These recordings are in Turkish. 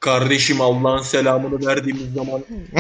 Kardeşim Allah'ın selamını verdiğimiz zaman.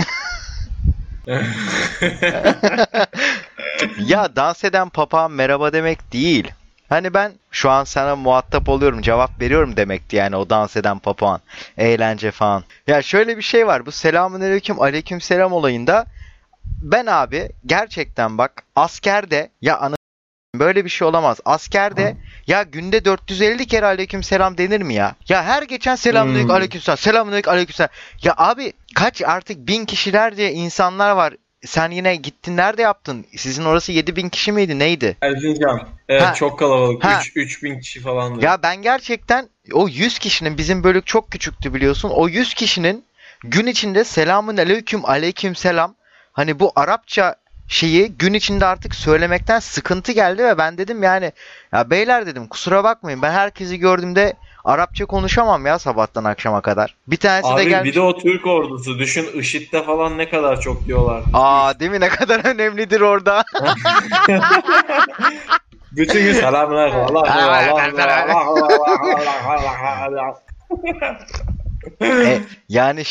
Ya dans eden papağan merhaba demek değil. Hani ben şu an sana muhatap oluyorum, cevap veriyorum demekti yani o dans eden papağan. Eğlence falan. Ya şöyle bir şey var. Bu selamünaleyküm, aleykümselam olayında ben abi gerçekten bak askerde ya böyle bir şey olamaz. Askerde ya günde 450 kere aleykümselam denir mi ya? Ya her geçen selamünaleyküm Hmm. aleykümselam, selamünaleyküm aleykümselam. Ya abi kaç artık 1000 kişilerce insanlar var. Sen yine gittin nerede yaptın? Sizin orası 7000 kişi miydi neydi? Erzincan. Evet Ha çok kalabalık. ha 3000 kişi falandı. ya ben gerçekten o 100 kişinin bizim bölük çok küçüktü biliyorsun. O 100 kişinin gün içinde selamun aleyküm aleyküm selam hani bu Arapça şeyi gün içinde artık söylemekten sıkıntı geldi ve ben dedim yani ya beyler dedim kusura bakmayın ben herkesi gördüğümde Arapça konuşamam ya sabahtan akşama kadar. Bir tanesi de Abi bir de gelmiş. o Türk ordusu. Düşün IŞİD'de falan ne kadar çok diyorlardı. Aa değil mi ne kadar önemlidir orada. Bütün gün selamünaleyküm. Allah Allah Allah Allah Allah. Yani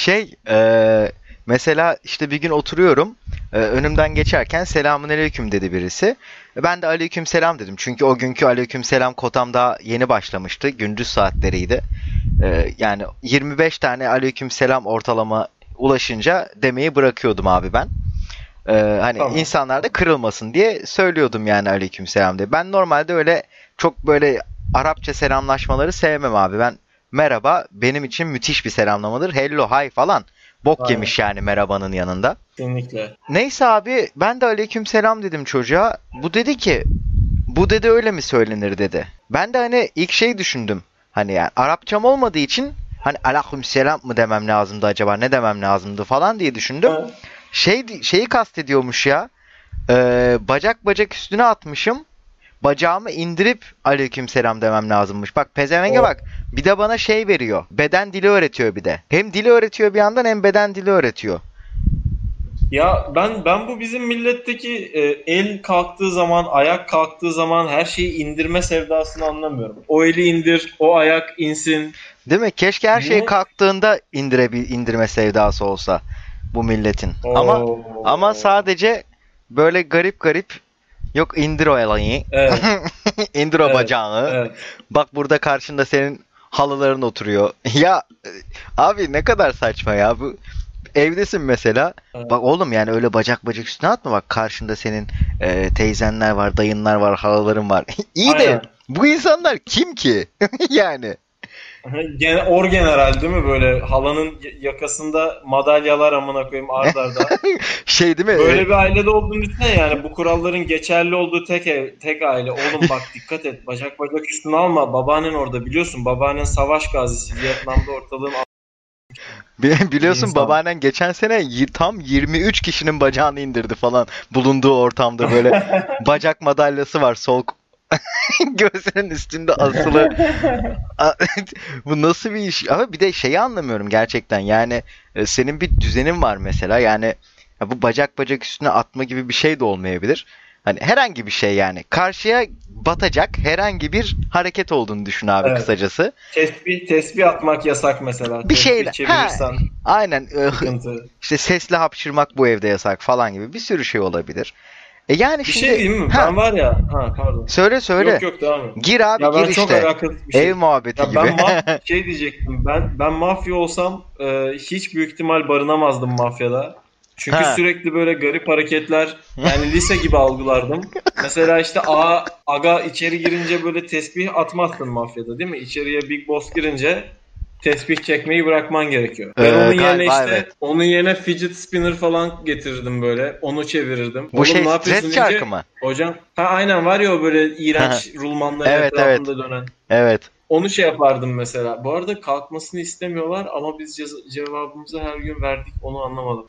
mesela işte bir gün oturuyorum önümden geçerken selamünaleyküm dedi birisi. Ben de aleykümselam dedim. Çünkü o günkü aleykümselam kotam daha yeni başlamıştı. Gündüz saatleriydi. Yani 25 tane aleykümselam ortalama ulaşınca demeyi bırakıyordum abi ben. Hani Tamam. insanlar da kırılmasın diye söylüyordum yani aleykümselam diye. Ben normalde öyle çok böyle Arapça selamlaşmaları sevmem abi. Ben merhaba benim için müthiş bir selamlamadır. Hello, hi falan. Bok Aynen. yemiş yani merhabanın yanında. Kesinlikle. Neyse abi ben de aleykümselam dedim çocuğa. Bu dedi ki bu dedi öyle mi söylenir dedi. Ben de hani ilk şey düşündüm. Hani yani Arapçam olmadığı için hani aleykümselam mı demem lazımdı acaba ne demem lazımdı falan diye düşündüm. Ha. Şeyi kastediyormuş ya. Bacak bacak üstüne atmışım. Bacağımı indirip aleykümselam demem lazımmış. Bak pezevenge O bak. Bir de bana şey veriyor. Beden dili öğretiyor bir de. Hem dili öğretiyor bir yandan hem beden dili öğretiyor. ya ben bu bizim milletteki el kalktığı zaman, ayak kalktığı zaman her şeyi indirme sevdasını anlamıyorum. O eli indir, o ayak insin. Değil mi? Keşke her şey Niye? kalktığında indirme sevdası olsa bu milletin. Ama Oo. sadece böyle garip garip yok indir o elini. Evet, indir o evet, bacağını. evet. Bak burada karşında senin halıların oturuyor. Ya abi ne kadar saçma ya bu. Evdesin mesela. Evet. Bak oğlum yani öyle bacak bacak üstüne atma bak karşında senin teyzenler var, dayınlar var, halaların var. İyi de Aynen. bu insanlar kim ki? Yani Orgeneral değil mi böyle halanın yakasında madalyalar amına koyayım ard arda. şey değil mi? Böyle bir ailede olduğunu düşünsene yani bu kuralların geçerli olduğu tek aile. Oğlum bak dikkat et bacak bacak üstüne alma. Babaannen orada biliyorsun. Babaannen savaş gazisi. Vietnam'da ortalığın bir Biliyorsun insan. babaannen geçen sene tam 23 kişinin bacağını indirdi falan bulunduğu ortamda böyle bacak madalyası var sol göğsünün üstünde asılı. Bu nasıl bir iş? Ama bir de şeyi anlamıyorum gerçekten. Yani senin bir düzenin var mesela. Yani ya bu bacak bacak üstüne atma gibi bir şey de olmayabilir. Hani herhangi bir şey yani. Karşıya batacak herhangi bir hareket olduğunu düşün abi Evet. kısacası. Tesbih atmak yasak mesela. Bir Tesbih şeyle. Ha, çevirirsen aynen. sıkıntı. İşte sesli hapşırmak bu evde yasak falan gibi bir sürü şey olabilir. Yani Bir şey şimdi diyeyim mi? ha Ben var ya, ha pardon. söyle Yok söyle. yok devam et. Gir abi Ya gir ben çok işte. alakasız bir Ev şey. muhabbeti Ya ben gibi. şey diyecektim. Ben mafya olsam hiç büyük ihtimal barınamazdım mafyada. Çünkü Ha. sürekli böyle garip hareketler yani lise gibi algılardım. Mesela işte aga içeri girince böyle tesbih atmazsın mafyada değil mi? İçeriye Big Boss girince tesbih çekmeyi bırakman gerekiyor. Ben onun yerine Galiba evet. işte onun yerine fidget spinner falan getirirdim böyle. Onu çevirirdim. Bu Oğlum şey ne yapıyorsun stres çarkı deyince mı? hocam ha aynen var ya o böyle iğrenç rulmanların Evet evet. etrafında dönen. Evet. Onu şey yapardım mesela. Bu arada kalkmasını istemiyorlar ama biz cevabımızı her gün verdik. Onu anlamadım.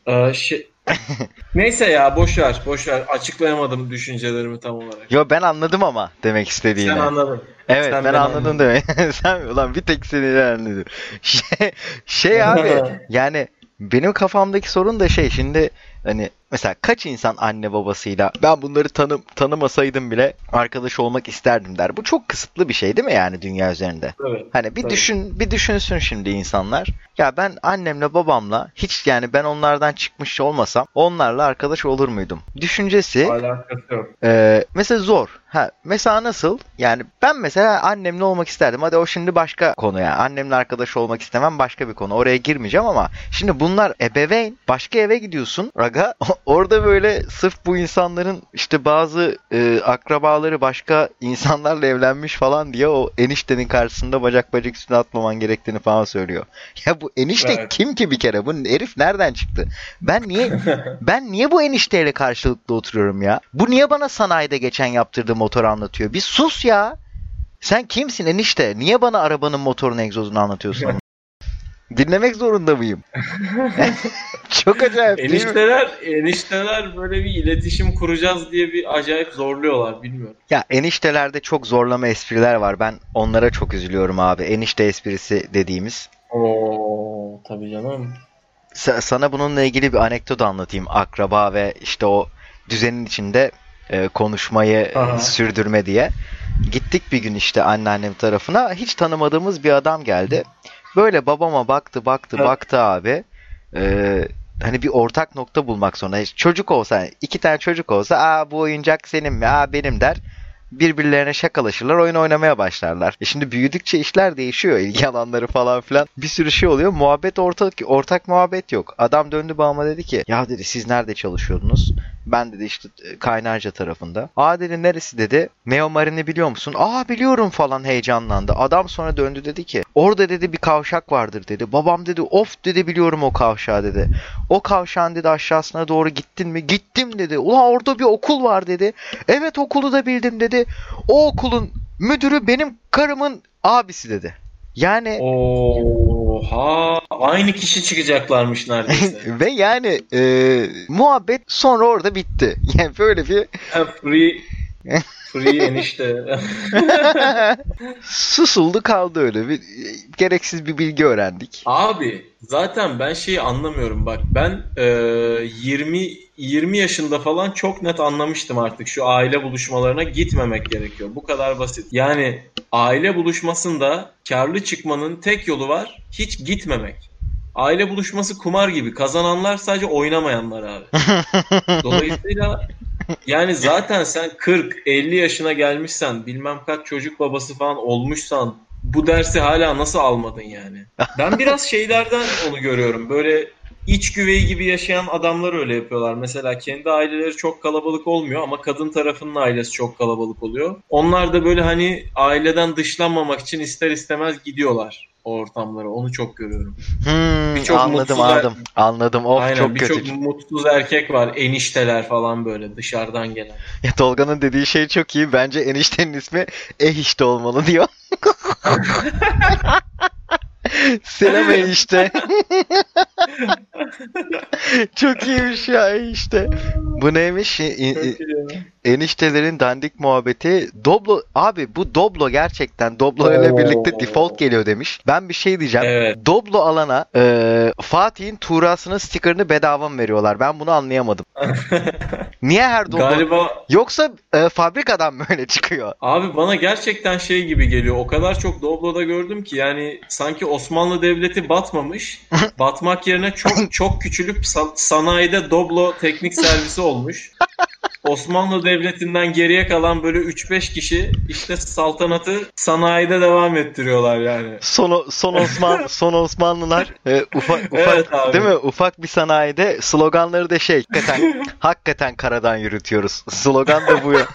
Neyse ya boş ver, boş ver. Açıklayamadım düşüncelerimi tam olarak. Yo ben anladım ama demek Sen istediğini. anladın. Evet Sen ben beni anladım anladın. demek. Sen ulan bir tek seni anladım. Şey abi yani benim kafamdaki sorun da şey şimdi Hani mesela kaç insan anne babasıyla ben bunları tanımasaydım bile arkadaş olmak isterdim der. Bu çok kısıtlı bir şey değil mi yani dünya üzerinde? Evet. Hani Tabii. bir düşünsün şimdi insanlar. Ya ben annemle babamla hiç yani ben onlardan çıkmış olmasam onlarla arkadaş olur muydum? Düşüncesi Alakası yok. mesela zor. Mesela nasıl? Yani ben mesela annemle olmak isterdim. Hadi o şimdi başka konu yani. Annemle arkadaş olmak istemem başka bir konu. Oraya girmeyeceğim ama şimdi bunlar ebeveyn. Başka eve gidiyorsun. Aga orada böyle sırf bu insanların işte bazı akrabaları başka insanlarla evlenmiş falan diye o eniştenin karşısında bacak üstüne atmaman gerektiğini falan söylüyor. Ya bu enişte Evet. kim ki bir kere? Bu herif nereden çıktı? Ben niye bu enişteyle karşılıklı oturuyorum ya? Bu niye bana sanayide geçen yaptırdığı motoru anlatıyor? Bir sus ya. Sen kimsin enişte? Niye bana arabanın motorunu egzozunu anlatıyorsun ama? Dinlemek zorunda mıyım? Çok acayip değil mi? Enişteler böyle bir iletişim kuracağız diye bir acayip zorluyorlar, bilmiyorum. Ya eniştelerde çok zorlama espriler var. Ben onlara çok üzülüyorum abi. Enişte esprisi dediğimiz. Oo, tabii canım. Sana bununla ilgili bir anekdot anlatayım. Akraba ve işte o düzenin içinde konuşmayı Aha. sürdürme diye. Gittik bir gün işte anneannem tarafına. Hiç tanımadığımız bir adam geldi. Böyle babama baktı abi. Hani bir ortak nokta bulmak zorunda. Çocuk olsa, yani iki tane çocuk olsa, bu oyuncak senin mi? Benim der. Birbirlerine şakalaşırlar, oyun oynamaya başlarlar. Şimdi büyüdükçe işler değişiyor. İlgi alanları falan filan. Bir sürü şey oluyor. Ortak muhabbet yok. Adam döndü babama dedi ki ya dedi siz nerede çalışıyordunuz? Ben dedi işte Kaynarca tarafında. Dedi neresi dedi. Meo Marine'i biliyor musun? Biliyorum falan heyecanlandı. Adam sonra döndü dedi ki orada dedi bir kavşak vardır dedi. Babam dedi of dedi biliyorum o kavşağı dedi. O kavşağın dedi aşağısına doğru gittin mi? Gittim dedi. Ulan orada bir okul var dedi. Evet okulu da bildim dedi. O okulun müdürü benim karımın abisi dedi. Yani Oha, aynı kişi çıkacaklarmış neredeyse. ve yani muhabbet sonra orada bitti. Yani böyle bir Free enişte. susuldu kaldı öyle. Gereksiz bir bilgi öğrendik. Abi zaten ben şeyi anlamıyorum, bak ben 20 yaşında falan çok net anlamıştım artık şu aile buluşmalarına gitmemek gerekiyor. Bu kadar basit. Yani aile buluşmasında karlı çıkmanın tek yolu var, hiç gitmemek. Aile buluşması kumar gibi, kazananlar sadece oynamayanlar abi. Dolayısıyla yani zaten sen 40-50 yaşına gelmişsen, bilmem kaç çocuk babası falan olmuşsan bu dersi hala nasıl almadın yani? Ben biraz şeylerden onu görüyorum. Böyle iç güveyi gibi yaşayan adamlar öyle yapıyorlar. Mesela kendi aileleri çok kalabalık olmuyor ama kadın tarafının ailesi çok kalabalık oluyor. Onlar da böyle hani aileden dışlanmamak için ister istemez gidiyorlar o ortamlara. Onu çok görüyorum. Birçok Anladım mutsuz anladım. Anladım. Of Aynen, çok kötü. birçok mutsuz erkek var. Enişteler falan böyle dışarıdan gelen. Ya Tolga'nın dediği şey çok iyi. Bence eniştenin ismi işte olmalı diyor. Selam enişte. Çok iyiymiş ya enişte. Bu neymiş? Çok iyi. Eniştelerin dandik muhabbeti. Doblo abi bu Doblo gerçekten Doblo ile birlikte default geliyor demiş. Ben bir şey diyeceğim. Evet. Doblo alana Fatih'in Tuğrası'nın sticker'ını bedava mı veriyorlar? Ben bunu anlayamadım. Niye her Doblo? Galiba Yoksa fabrikadan mı öyle çıkıyor? abi bana gerçekten şey gibi geliyor. O kadar çok Doblo'da gördüm ki yani sanki Osmanlı Devleti batmamış. Batmak yerine çok çok küçülüp sanayide Doblo teknik servisi olmuş. Osmanlı Devleti'nden geriye kalan böyle 3-5 kişi işte saltanatı sanayide devam ettiriyorlar yani. Son Osmanlılar ufak Evet abi. değil mi? Ufak bir sanayide sloganları da hakikaten karadan yürütüyoruz. Slogan da bu ya.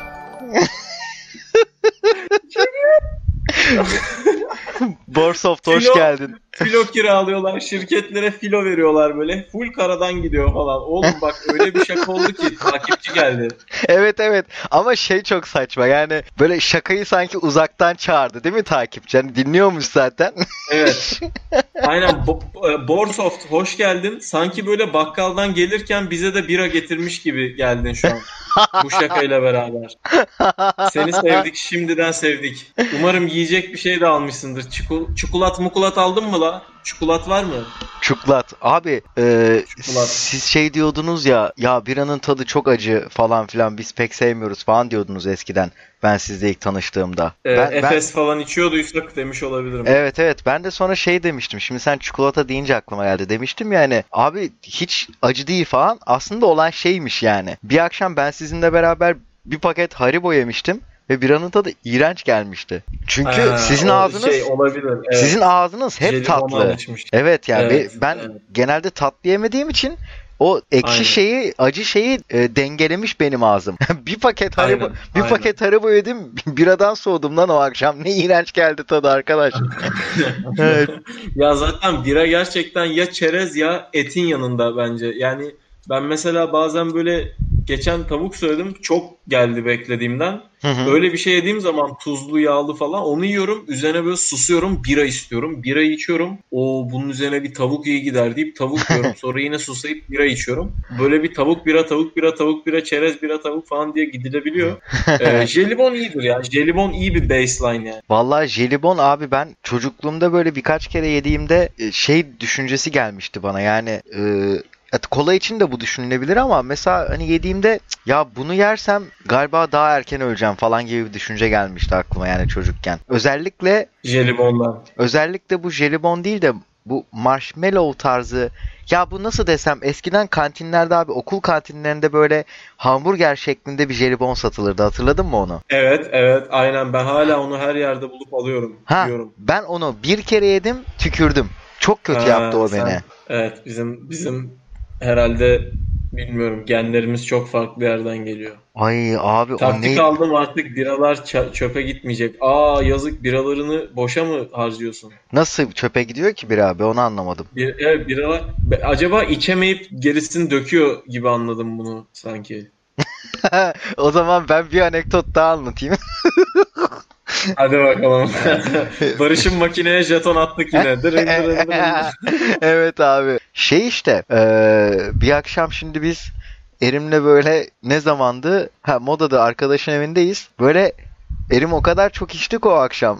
Borsoft hoş geldin. Filo kiralıyorlar, şirketlere filo veriyorlar böyle. Full karadan gidiyor falan. Oğlum bak öyle bir şaka oldu ki takipçi geldi. Evet ama şey çok saçma yani böyle şakayı sanki uzaktan çağırdı değil mi takipçi? Yani dinliyormuş zaten. Evet. Aynen Borsoft hoş geldin. Sanki böyle bakkaldan gelirken bize de bira getirmiş gibi geldin şu an. Bu şakayla beraber. Seni sevdik, şimdiden sevdik. Umarım yiyecek bir şey de almışsındır. Çikolat mukulat aldın mı la? Çikolat var mı? Çuklat. Abi Çikolat. siz şey diyordunuz ya biranın tadı çok acı falan filan biz pek sevmiyoruz falan diyordunuz eskiden. Ben sizle ilk tanıştığımda. Ben Efes falan içiyorduysak demiş olabilirim. evet ben de sonra şey demiştim. Şimdi sen çikolata deyince aklıma geldi. Demiştim yani abi hiç acı değil falan. Aslında olan şeymiş yani. Bir akşam ben sizinle beraber bir paket Haribo yemiştim. Ve biranın tadı iğrenç gelmişti. Çünkü sizin O ağzınız şey olabilir. Evet. sizin ağzınız hep Jelibon'u tatlı. alışmış. Evet yani Evet, ben evet. genelde tatlı yemediğim için o ekşi Aynen. şeyi, acı şeyi dengelemiş benim ağzım. Bir paket Haribo, Aynen, bir aynen. paket Haribo yedim. Biradan soğudum lan o akşam. Ne iğrenç geldi tadı arkadaş. Evet. Ya zaten bira gerçekten ya çerez ya etin yanında bence. Yani ben mesela bazen böyle geçen tavuk söyledim çok geldi beklediğimden. Hı hı. Öyle bir şey yediğim zaman tuzlu yağlı falan onu yiyorum. Üzerine böyle susuyorum bira istiyorum. Birayı içiyorum. O bunun üzerine bir tavuk iyi gider deyip tavuk yiyorum. Sonra yine susayıp bira içiyorum. Böyle bir tavuk bira tavuk bira tavuk bira çerez bira tavuk falan diye gidilebiliyor. Jelibon iyidir ya. Jelibon iyi bir baseline yani. Vallahi jelibon abi ben çocukluğumda böyle birkaç kere yediğimde şey düşüncesi gelmişti bana yani kola için de bu düşünülebilir ama mesela hani yediğimde "Cık, ya bunu yersem galiba daha erken öleceğim falan gibi bir düşünce gelmişti aklıma yani çocukken. Özellikle bu jelibon değil de bu marshmallow tarzı ya bu nasıl desem eskiden kantinlerde abi okul kantinlerinde böyle hamburger şeklinde bir jelibon satılırdı hatırladın mı onu? Evet, evet, aynen. Ben hala onu her yerde bulup alıyorum, Ha yiyorum. ben onu bir kere yedim tükürdüm. Çok kötü yaptı o beni. Evet, bizim herhalde bilmiyorum genlerimiz çok farklı yerden geliyor. Ay abi o Taktik ne? aldım artık biralar çöpe gitmeyecek. Yazık biralarını boşa mı harcıyorsun? Nasıl çöpe gidiyor ki bir abi onu anlamadım. Evet biralar acaba içemeyip gerisini döküyor gibi anladım bunu sanki. O zaman ben bir anekdot daha anlatayım. Hadi bakalım. Barış'ın makineye jeton attık yine. Dırın dırın dırın. Evet abi. Şey işte bir akşam şimdi biz Erim'le böyle ne zamandı? Ha Moda'da arkadaşın evindeyiz. Böyle Erim o kadar çok içtik o akşam.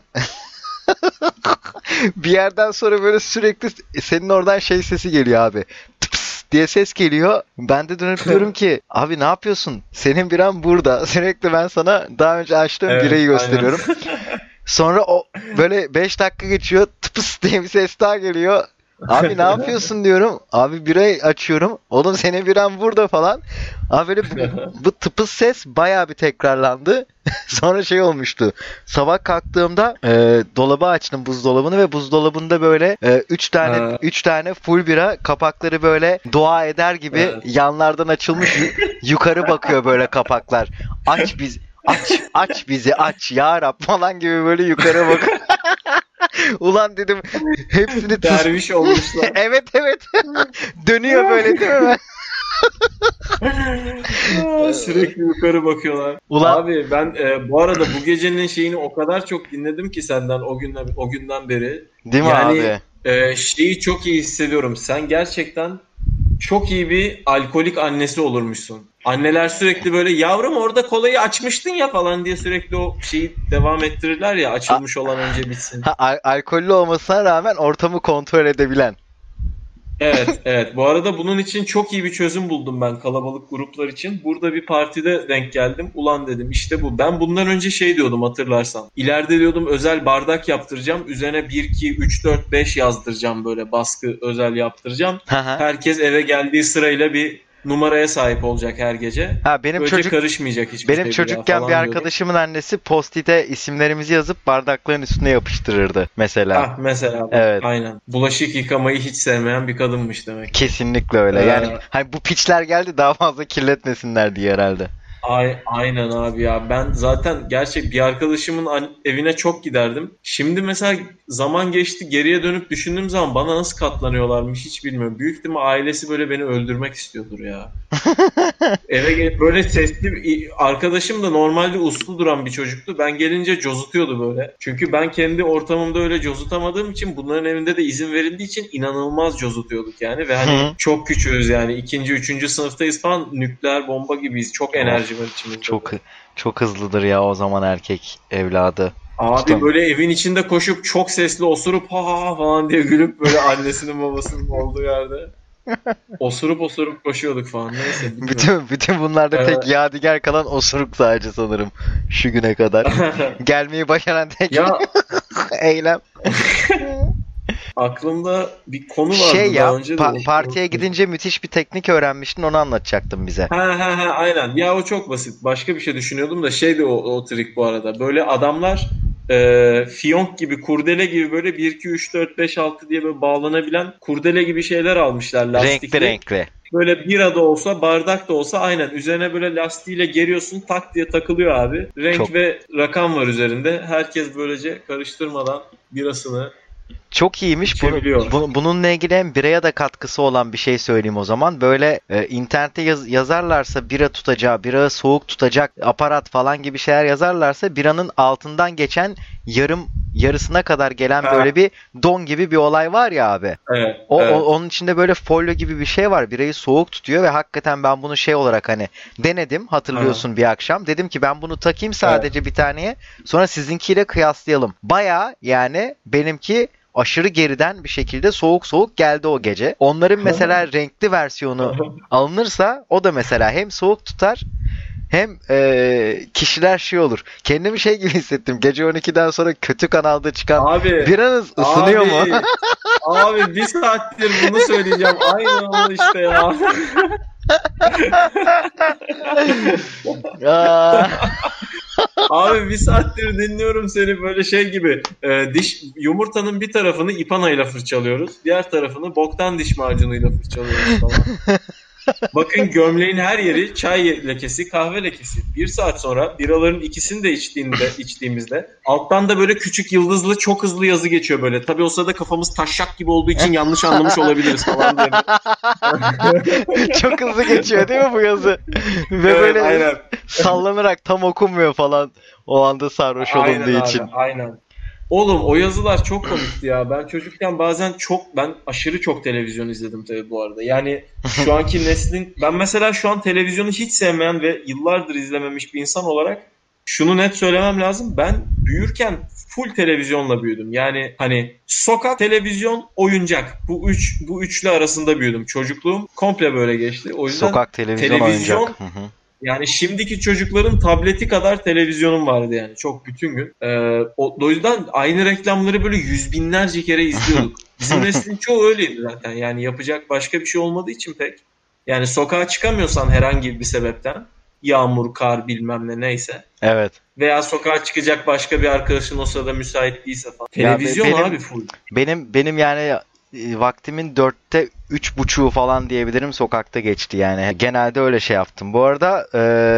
Bir yerden sonra böyle sürekli senin oradan şey sesi geliyor abi. Tıps diye ses geliyor. Ben de dönüp diyorum ki abi ne yapıyorsun? Senin biran burada. Sürekli ben sana daha önce açtığım Evet, birayı aynen. gösteriyorum. Sonra o böyle 5 dakika geçiyor. Tıpıs diye bir ses daha geliyor. Abi ne yapıyorsun diyorum. Abi birayı açıyorum. Oğlum senin biran burada falan. Abi böyle bu tıpıs ses bayağı bir tekrarlandı. Sonra şey olmuştu. Sabah kalktığımda dolabı açtım buzdolabını ve buzdolabında böyle 3 tane Ha, 3 tane full bira kapakları böyle dua eder gibi evet. yanlardan açılmış yukarı bakıyor böyle kapaklar. Aç biz aç bizi aç ya Rab falan gibi böyle yukarı bak. Ulan dedim hepsini Derviş olmuşlar. evet. Dönüyor böyle değil mi? Sürekli yukarı bakıyorlar. Ulan Abi ben bu arada bu gecenin şeyini o kadar çok dinledim ki senden o günden beri. değil mi Yani abi? şeyi çok iyi hissediyorum. Sen gerçekten çok iyi bir alkolik annesi olurmuşsun. Anneler sürekli böyle yavrum orada kolayı açmıştın ya falan diye sürekli o şeyi devam ettirirler ya A- açılmış olan önce bitsin. alkollü olmasına rağmen ortamı kontrol edebilen. Evet, evet. Bu arada bunun için çok iyi bir çözüm buldum ben kalabalık gruplar için. Burada bir partide denk geldim. Ulan dedim işte bu. Ben bundan önce şey diyordum hatırlarsan. İleride diyordum özel bardak yaptıracağım. Üzerine 1, 2, 3, 4, 5 yazdıracağım böyle baskı özel yaptıracağım. Hı hı. Herkes eve geldiği sırayla bir numaraya sahip olacak her gece. Ha Böylece karışmayacak hiçbir benim şey çocukken falan bir diyordum. arkadaşımın annesi post-it'e isimlerimizi yazıp bardakların üstüne yapıştırırdı mesela. Mesela bak, Evet. aynen. Bulaşık yıkamayı hiç sevmeyen bir kadınmış demek ki. Kesinlikle öyle. Yani Ee, hani bu piçler geldi daha fazla kirletmesinler diye herhalde. Aynen abi ya. Ben zaten gerçek bir arkadaşımın evine çok giderdim. Şimdi mesela zaman geçti geriye dönüp düşündüğüm zaman bana nasıl katlanıyorlarmış hiç bilmiyorum. Büyük ihtimal ailesi böyle beni öldürmek istiyordur ya. Böyle sesli arkadaşım da normalde uslu duran bir çocuktu. Ben gelince cozutuyordu böyle. Çünkü ben kendi ortamımda öyle cozutamadığım için bunların evinde de izin verildiği için inanılmaz cozutuyorduk yani. Ve hani Hı. çok küçüğüz yani. İkinci, üçüncü sınıftayız falan. Nükleer bomba gibiyiz. Çok enerji var içimizde. Çok çok hızlıdır ya o zaman erkek evladı. Abi böyle evin içinde koşup çok sesli osurup ha ha ha falan diye gülüp böyle annesinin babasının olduğu yerde osurup osurup koşuyorduk falan. Neyse bilmiyorum. Bütün bunlarda Ee, tek yadigar kalan osuruk sadece sanırım şu güne kadar. Gelmeyi başaran tek ya eylem. aklımda bir konu vardı Şey ya, daha önce de partiye unuttum. gidince müthiş bir teknik öğrenmiştin, onu anlatacaktın bize. Ha ha ha aynen. Ya o çok basit. Başka bir şey düşünüyordum da şeydi o trik bu arada. Böyle adamlar fiyonk gibi, kurdele gibi böyle bir 2 3 4 5 6 diye böyle bağlanabilen kurdele gibi şeyler almışlar Renkli lastikli. renkli. Böyle bira da olsa, bardak da olsa aynen üzerine böyle lastiğiyle geriyorsun, tak diye takılıyor abi. Çok Renk ve rakam var üzerinde. Herkes böylece karıştırmadan birasını çok iyiymiş. içebiliyor. Bununla ilgili hem biraya da katkısı olan bir şey söyleyeyim o zaman. Böyle internette yazarlarsa bira tutacağı, bira soğuk tutacak aparat falan gibi şeyler yazarlarsa biranın altından geçen yarısına kadar gelen Ha, böyle bir don gibi bir olay var ya abi. evet, evet. Onun içinde böyle folyo gibi bir şey var. Birayı soğuk tutuyor ve hakikaten ben bunu şey olarak hani denedim, Ha, hatırlıyorsun bir akşam. Dedim ki ben bunu takayım evet. sadece bir taneye. Sonra sizinkiyle kıyaslayalım. Baya yani benimki aşırı geriden bir şekilde soğuk soğuk geldi o gece. Onların mesela renkli versiyonu alınırsa o da mesela hem soğuk tutar hem kişiler şey olur. Kendimi şey gibi hissettim. Gece 12'den sonra kötü kanalda çıkan Abi, biranız ısınıyor mu? abi, abi bir saattir bunu söyleyeceğim. Aynı onu işte ya. Aa, Abi bir saattir dinliyorum seni böyle şey gibi. Yumurtanın bir tarafını ipanayla fırçalıyoruz. Diğer tarafını boktan diş macunuyla fırçalıyoruz falan. Bakın gömleğin her yeri çay lekesi, kahve lekesi. Bir saat sonra biraların ikisini de içtiğimizde alttan da böyle küçük yıldızlı çok hızlı yazı geçiyor böyle. Tabii o sırada kafamız taşak gibi olduğu için yanlış anlamış olabiliriz falan diye. çok hızlı geçiyor değil mi bu yazı? Ve Evet böyle aynen. sallanarak tam okunmuyor falan o anda sarhoş Aynen olunduğu abi için. aynen. Oğlum o yazılar çok komikti ya. Ben çocukken bazen ben aşırı çok televizyon izledim tabii bu arada. Yani şu anki neslin ben mesela şu an televizyonu hiç sevmeyen ve yıllardır izlememiş bir insan olarak şunu net söylemem lazım. Ben büyürken full televizyonla büyüdüm. Yani hani sokak, televizyon, oyuncak. Bu üçlü arasında büyüdüm. Çocukluğum komple böyle geçti. O yüzden Sokak televizyon oyuncak. televizyon yani şimdiki çocukların tableti kadar televizyonum vardı yani. Çok bütün gün. O yüzden aynı reklamları böyle yüz binlerce kere izliyorduk. Bizim neslin çoğu öyleydi zaten. Yani yapacak başka bir şey olmadığı için pek. Yani sokağa çıkamıyorsan herhangi bir sebepten. Yağmur, kar bilmem ne neyse. Evet. Veya sokağa çıkacak başka bir arkadaşın o sırada müsait değilse falan. Ya Televizyon abi full. benim yani vaktimin 3,5'u falan diyebilirim sokakta geçti yani. Genelde öyle şey yaptım. Bu arada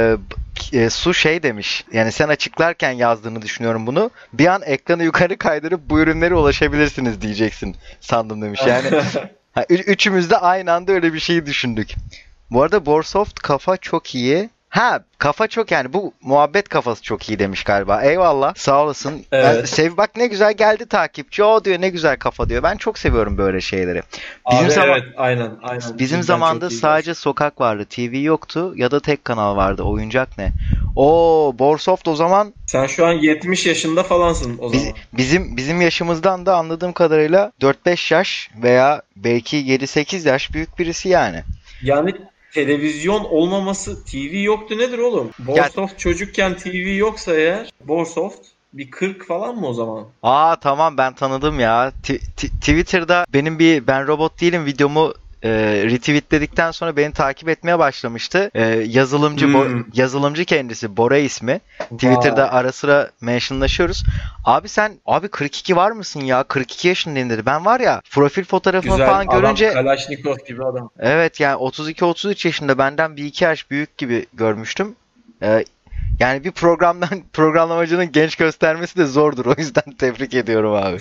Su şey demiş. Yani sen açıklarken yazdığını düşünüyorum bunu. Bir an ekranı yukarı kaydırıp bu ürünlere ulaşabilirsiniz diyeceksin sandım demiş. Yani üçümüz de aynı anda öyle bir şeyi düşündük. Bu arada Borsoft kafa çok iyi. Ha, kafa çok, yani bu muhabbet kafası çok iyi demiş galiba. Eyvallah. Sağ olasın. Evet. Bak ne güzel geldi takipçi. O diyor ne güzel kafa diyor. Ben çok seviyorum böyle şeyleri. Bizim Abi zaman evet aynen aynen. bizim Cidden zamanda çok iyi sadece sokak vardı. TV yoktu ya da tek kanal vardı. Oyuncak ne? O Borsoft o zaman Sen şu an 70 yaşında falansın o zaman. bizim yaşımızdan da anladığım kadarıyla 4-5 yaş veya belki 7-8 yaş büyük birisi yani. Yani televizyon olmaması TV yoktu nedir oğlum? Ya Borsoft çocukken TV yoksa eğer Borsoft bir 40 falan mı o zaman? Tamam, ben tanıdım ya. Twitter'da benim bir ben robot değilim videomu retweetledikten sonra beni takip etmeye başlamıştı. Yazılımcı kendisi, Bora ismi. Twitter'da Vay. ara sıra mentionlaşıyoruz. Abi 42 var mısın ya? 42 yaşındayım dedi. Ben var ya profil fotoğrafımı Güzel falan adam. görünce Kalaşnikov gibi adam. evet yani 32-33 yaşında, benden bir iki yaş büyük gibi görmüştüm. Ee, Yani bir programlamacının genç göstermesi de zordur. O yüzden tebrik ediyorum abi.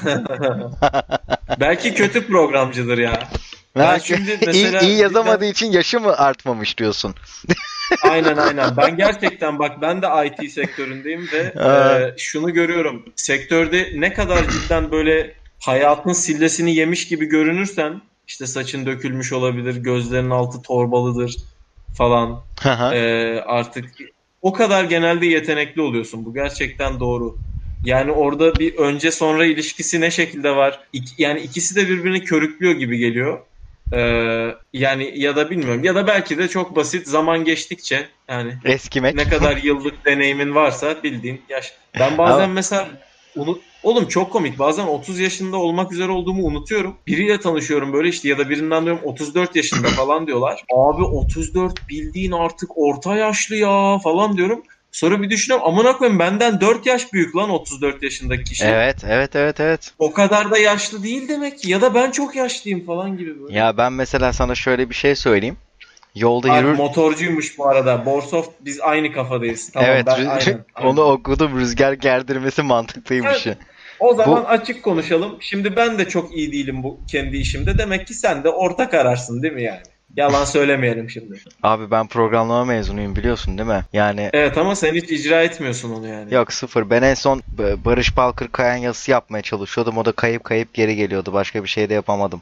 Belki kötü programcıdır ya. Ben Belki şimdi iyi, mesela iyi yazamadığı cidden için yaşı mı artmamış diyorsun? aynen aynen. Ben gerçekten bak ben de IT sektöründeyim ve Aa, şunu görüyorum. Sektörde ne kadar cidden böyle hayatın sillesini yemiş gibi görünürsen işte saçın dökülmüş olabilir, gözlerinin altı torbalıdır falan. hı hı. Artık o kadar genelde yetenekli oluyorsun. Bu gerçekten doğru. Yani orada bir önce sonra ilişkisi ne şekilde var? Yani ikisi de birbirini körüklüyor gibi geliyor. Yani ya da bilmiyorum, ya da belki de çok basit, zaman geçtikçe yani Eskimek. ne kadar yıllık deneyimin varsa bildiğin yaş. Ben Ama bazen mesela oğlum çok komik, bazen 30 yaşında olmak üzere olduğumu unutuyorum. Biriyle tanışıyorum böyle işte, ya da birinden diyorum 34 yaşında falan diyorlar. Abi 34 bildiğin artık orta yaşlı ya falan diyorum. Sonra bir düşünüyorum, amına koyayım benden 4 yaş büyük lan 34 yaşındaki kişi. evet, evet, evet, evet. O kadar da yaşlı değil demek ki, ya da ben çok yaşlıyım falan gibi böyle. Ya ben mesela sana şöyle bir şey söyleyeyim. Yolda Abi yürür. motorcuymuş bu arada. Borsoft, biz aynı kafadayız. Tamam, Evet, ben aynen. onu Aynen. okudum. Rüzgar gerdirmesi Evet. mantıklıymış ya. O zaman Bu açık konuşalım. Şimdi ben de çok iyi değilim bu kendi işimde. Demek ki sen de orta kararsın değil mi yani? Yalan söylemeyelim şimdi. abi ben programlama mezunuyum biliyorsun değil mi? Yani Evet, ama sen hiç icra etmiyorsun onu yani. yok, sıfır. Ben en son Barış Balkır Kayan yazısı yapmaya çalışıyordum. O da kayıp kayıp geri geliyordu. Başka bir şey de yapamadım.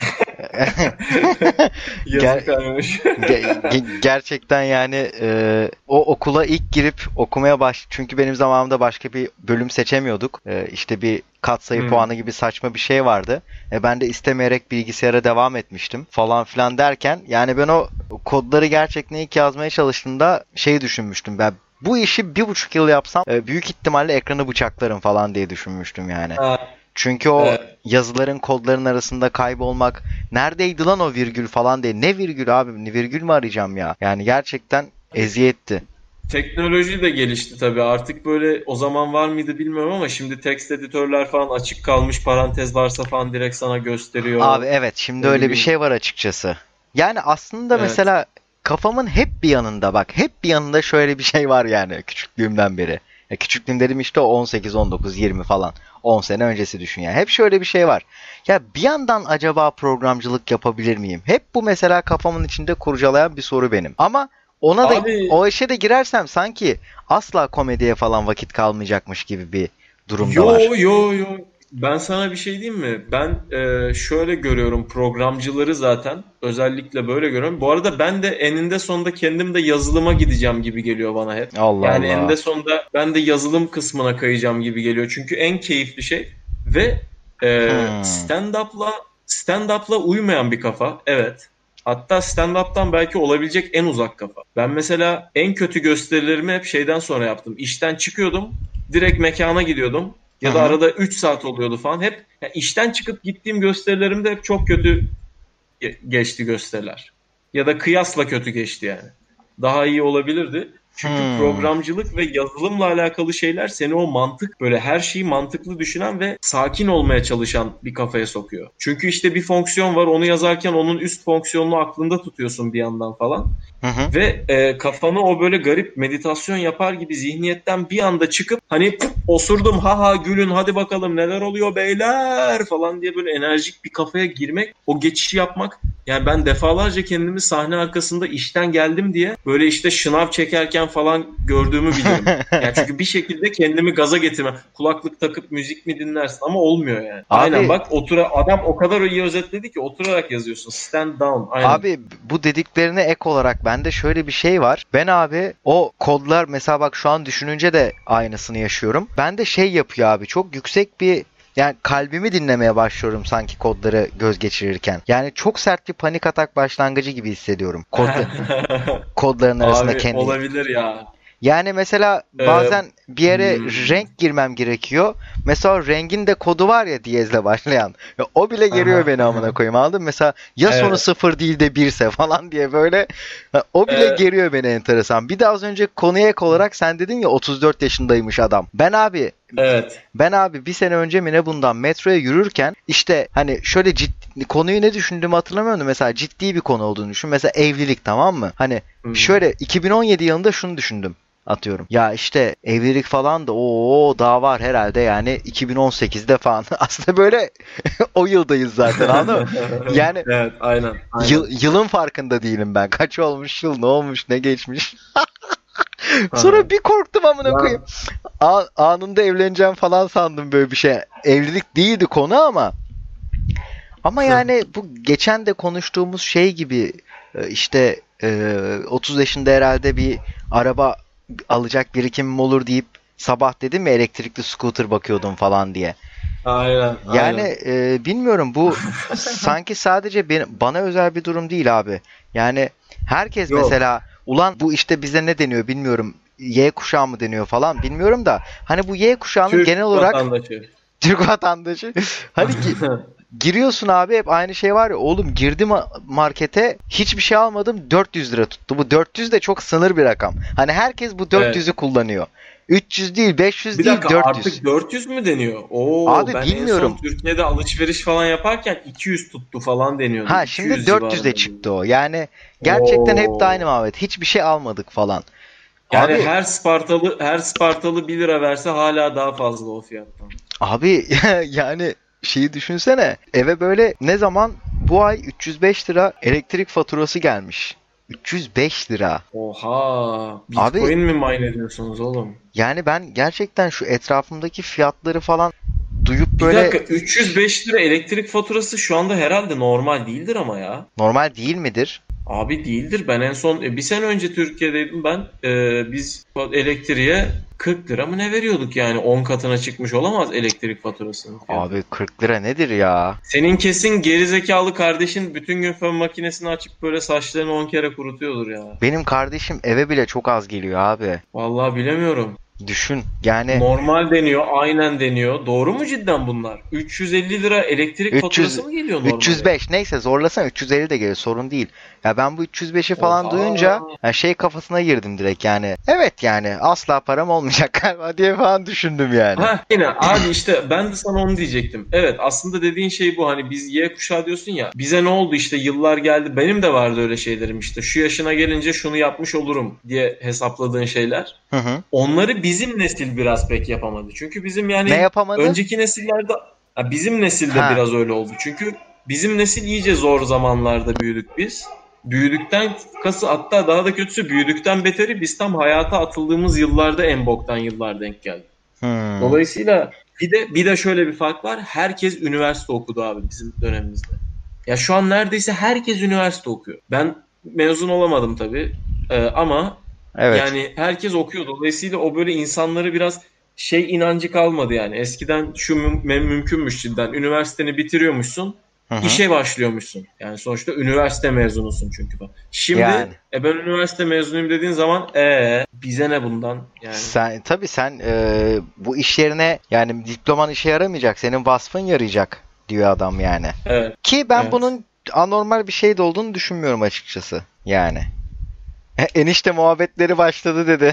Yazık olmuş. Gerçekten yani o okula ilk girip okumaya çünkü benim zamanımda başka bir bölüm seçemiyorduk. İşte bir katsayı Hmm. puanı gibi saçma bir şey vardı. Ben de istemeyerek bilgisayara devam etmiştim falan filan derken yani ben o kodları gerçekten ilk yazmaya çalıştığımda şey düşünmüştüm. Ben bu işi 1,5 yıl yapsam büyük ihtimalle ekranı bıçaklarım falan diye düşünmüştüm yani. Ha, Çünkü o evet. yazıların, kodların arasında kaybolmak, neredeydi lan o virgül falan diye. Ne virgül abi? Ne virgül mü arayacağım ya? Yani gerçekten eziyetti. Teknoloji de gelişti tabii. Artık böyle, o zaman var mıydı bilmiyorum ama şimdi tekst editörler falan açık kalmış parantez varsa falan direkt sana gösteriyor. Abi evet, şimdi Ne öyle bir bileyim. şey var açıkçası. Yani aslında Evet. mesela kafamın hep bir yanında bak, hep bir yanında şöyle bir şey var yani küçüklüğümden beri. Ya küçüklüğüm dedim işte o 18, 19, 20 falan. 10 sene öncesi düşün yani. Hep şöyle bir şey var. Ya bir yandan acaba programcılık yapabilir miyim? Hep bu mesela kafamın içinde kurcalayan bir soru benim. Ama ona da Abi, o işe de girersem sanki asla komediye falan vakit kalmayacakmış gibi bir durum da var. yo yo yo. Ben sana bir şey diyeyim mi? Ben şöyle görüyorum programcıları zaten. Özellikle böyle görüyorum. Bu arada ben de eninde sonunda kendim de yazılıma gideceğim gibi geliyor bana hep. Allah Yani eninde Allah. sonunda ben de yazılım kısmına kayacağım gibi geliyor. Çünkü en keyifli şey ve Hmm. stand-up'la uymayan bir kafa. Evet. Hatta stand-up'tan belki olabilecek en uzak kafa. Ben mesela en kötü gösterilerimi hep şeyden sonra yaptım. İşten çıkıyordum, direkt mekana gidiyordum. Hı Ya da hı. arada 3 saat oluyordu falan. Hep ya, işten çıkıp gittiğim gösterilerimde hep çok kötü geçti gösteriler. Ya da kıyasla kötü geçti yani. Daha iyi olabilirdi. Çünkü Hmm. programcılık ve yazılımla alakalı şeyler seni o mantık, böyle her şeyi mantıklı düşünen ve sakin olmaya çalışan bir kafaya sokuyor. Çünkü işte bir fonksiyon var, onu yazarken onun üst fonksiyonunu aklında tutuyorsun bir yandan falan. Hı hı. Ve kafanı o böyle garip meditasyon yapar gibi zihniyetten bir anda çıkıp hani pıt, osurdum ha ha gülün hadi bakalım neler oluyor beyler falan diye böyle enerjik bir kafaya girmek, o geçişi yapmak. Yani ben defalarca kendimi sahne arkasında işten geldim diye böyle işte şınav çekerken falan gördüğümü bilirim. Yani çünkü bir şekilde kendimi gaza getirme. Kulaklık takıp müzik mi dinlersin ama olmuyor yani. Aynen, Abi bak adam o kadar iyi özetledi ki, oturarak yazıyorsun. Stand down, aynen. abi bu dediklerine ek olarak bende şöyle bir şey var. Ben abi o kodlar mesela bak şu an düşününce de aynısını yaşıyorum. Ben de şey yapıyor abi, çok yüksek bir yani kalbimi dinlemeye başlıyorum sanki kodları göz geçirirken. Yani çok sert bir panik atak başlangıcı gibi hissediyorum. Kodların arasında Abi kendi. olabilir ya. Yani mesela Ee, bazen bir yere hmm. renk girmem gerekiyor. Mesela o rengin de kodu var ya, diyezle başlayan. Ya o bile geriyor Aha, beni, amına aha. koyayım, anladın mı? Mesela ya sonu Evet, sıfır değil de birse falan diye böyle. O bile evet, geriyor beni, enteresan. Bir de az önce konuya ek olarak sen dedin ya 34 yaşındaymış adam. evet. Ben abi bir sene önce mi ne bundan metroya yürürken işte hani şöyle ciddi, konuyu ne düşündüğümü hatırlamıyorum da mesela ciddi bir konu olduğunu düşün. Mesela evlilik, tamam mı? Hani Hmm. şöyle 2017 yılında şunu düşündüm, atıyorum. Ya işte evlilik falan da daha var herhalde yani 2018'de falan. Aslında böyle o yıldayız zaten, anladın mı? Yani Evet, aynen, aynen. yılın farkında değilim ben. Kaç olmuş yıl, ne olmuş, ne geçmiş. Sonra Aha. bir korktum, amına koyayım. Ya, Anında evleneceğim falan sandım, böyle bir şey. Evlilik değildi konu ama yani bu geçen de konuştuğumuz şey gibi işte 30 yaşında herhalde bir araba alacak birikimim olur deyip sabah dedim ya elektrikli scooter bakıyordum falan diye. Aynen. Yani bilmiyorum, bu sanki sadece bana özel bir durum değil abi. Yani herkes Yok. mesela ulan bu işte bize ne deniyor bilmiyorum. Y kuşağı mı deniyor falan bilmiyorum da hani bu Y kuşağının Türk genel olarak vatandaşı. Türk vatandaşı hani giriyorsun abi, hep aynı şey var ya, oğlum girdim markete hiçbir şey almadım 400 lira tuttu. Bu 400 de çok sınır bir rakam. Hani herkes bu 400'ü Evet. kullanıyor. 300 değil, 500 Bir değil, dakika, 400. artık 400 mü deniyor? Oo, Abi ben en son bilmiyorum. Türkiye'de alışveriş falan yaparken 200 tuttu falan deniyordu. Ha, şimdi 200 400'e civarında çıktı diyordu. o. Yani gerçekten hep de aynı Oo. muhabbet. Hiçbir şey almadık falan. Yani Abi her Spartalı 1 lira verse hala daha fazla o fiyattan. abi yani şeyi düşünsene. Eve böyle ne zaman bu ay 305 lira elektrik faturası gelmiş. 305 lira. Oha! Abi Bitcoin mi mine ediyorsunuz oğlum? yani ben gerçekten şu etrafımdaki fiyatları falan duyup Bir böyle dakika, 305 lira elektrik faturası şu anda herhalde normal değildir ama ya. normal değil midir? Abi değildir. Ben en son bir sene önce Türkiye'deydim ben. Biz elektriğe 40 lira mı ne veriyorduk yani? 10 katına çıkmış olamaz elektrik faturasının fiyatı. Abi 40 lira nedir ya? Senin kesin gerizekalı kardeşin bütün gün fön makinesini açıp böyle saçlarını 10 kere kurutuyordur ya. Benim kardeşim eve bile çok az geliyor abi. Vallahi bilemiyorum. Düşün yani Normal deniyor, aynen deniyor. Doğru mu cidden bunlar? 350 lira elektrik 300 faturası mı geliyor normale? 305 neyse, zorlasan 350 de gelir, sorun değil. Ya ben bu 305'i falan duyunca Oha. ya şey kafasına girdim direkt yani. Evet yani asla param olmayacak galiba diye falan düşündüm yani. Ha, yine abi işte ben de sana onu diyecektim. Evet, aslında dediğin şey bu, hani biz Y kuşağı diyorsun ya. Bize ne oldu işte, yıllar geldi. Benim de vardı öyle şeylerim işte. Şu yaşına gelince şunu yapmış olurum diye hesapladığın şeyler. Hı hı. Onları bizim nesil biraz pek yapamadı. Çünkü bizim Ne yani yapamadı? önceki nesillerde, ha, bizim nesilde Ha. biraz öyle oldu. Çünkü bizim nesil iyice zor zamanlarda büyüdük biz. Büyüdükten kası, hatta daha da kötüsü büyüdükten beteri, biz tam hayata atıldığımız yıllarda en boktan yıllar denk geldi. Hmm. Dolayısıyla bir de şöyle bir fark var. Herkes üniversite okudu abi bizim dönemimizde. Ya şu an neredeyse herkes üniversite okuyor. Ben mezun olamadım tabii. Ama Evet. yani herkes okuyor. Dolayısıyla o böyle insanları biraz şey inancı kalmadı yani. Eskiden şu mümkünmüş cidden. Üniversiteni bitiriyormuşsun, Hı hı. işe başlıyormuşsun. Yani sonuçta üniversite mezunusun çünkü. Şimdi Yani ben üniversite mezunuyum dediğin zaman bize ne bundan yani. sen tabii sen bu iş yerine yani diploman işe yaramayacak, senin vasfın yarayacak diyor adam yani. Evet, Ki ben evet. bunun anormal bir şey de olduğunu düşünmüyorum açıkçası. Yani. Enişte muhabbetleri başladı dedi.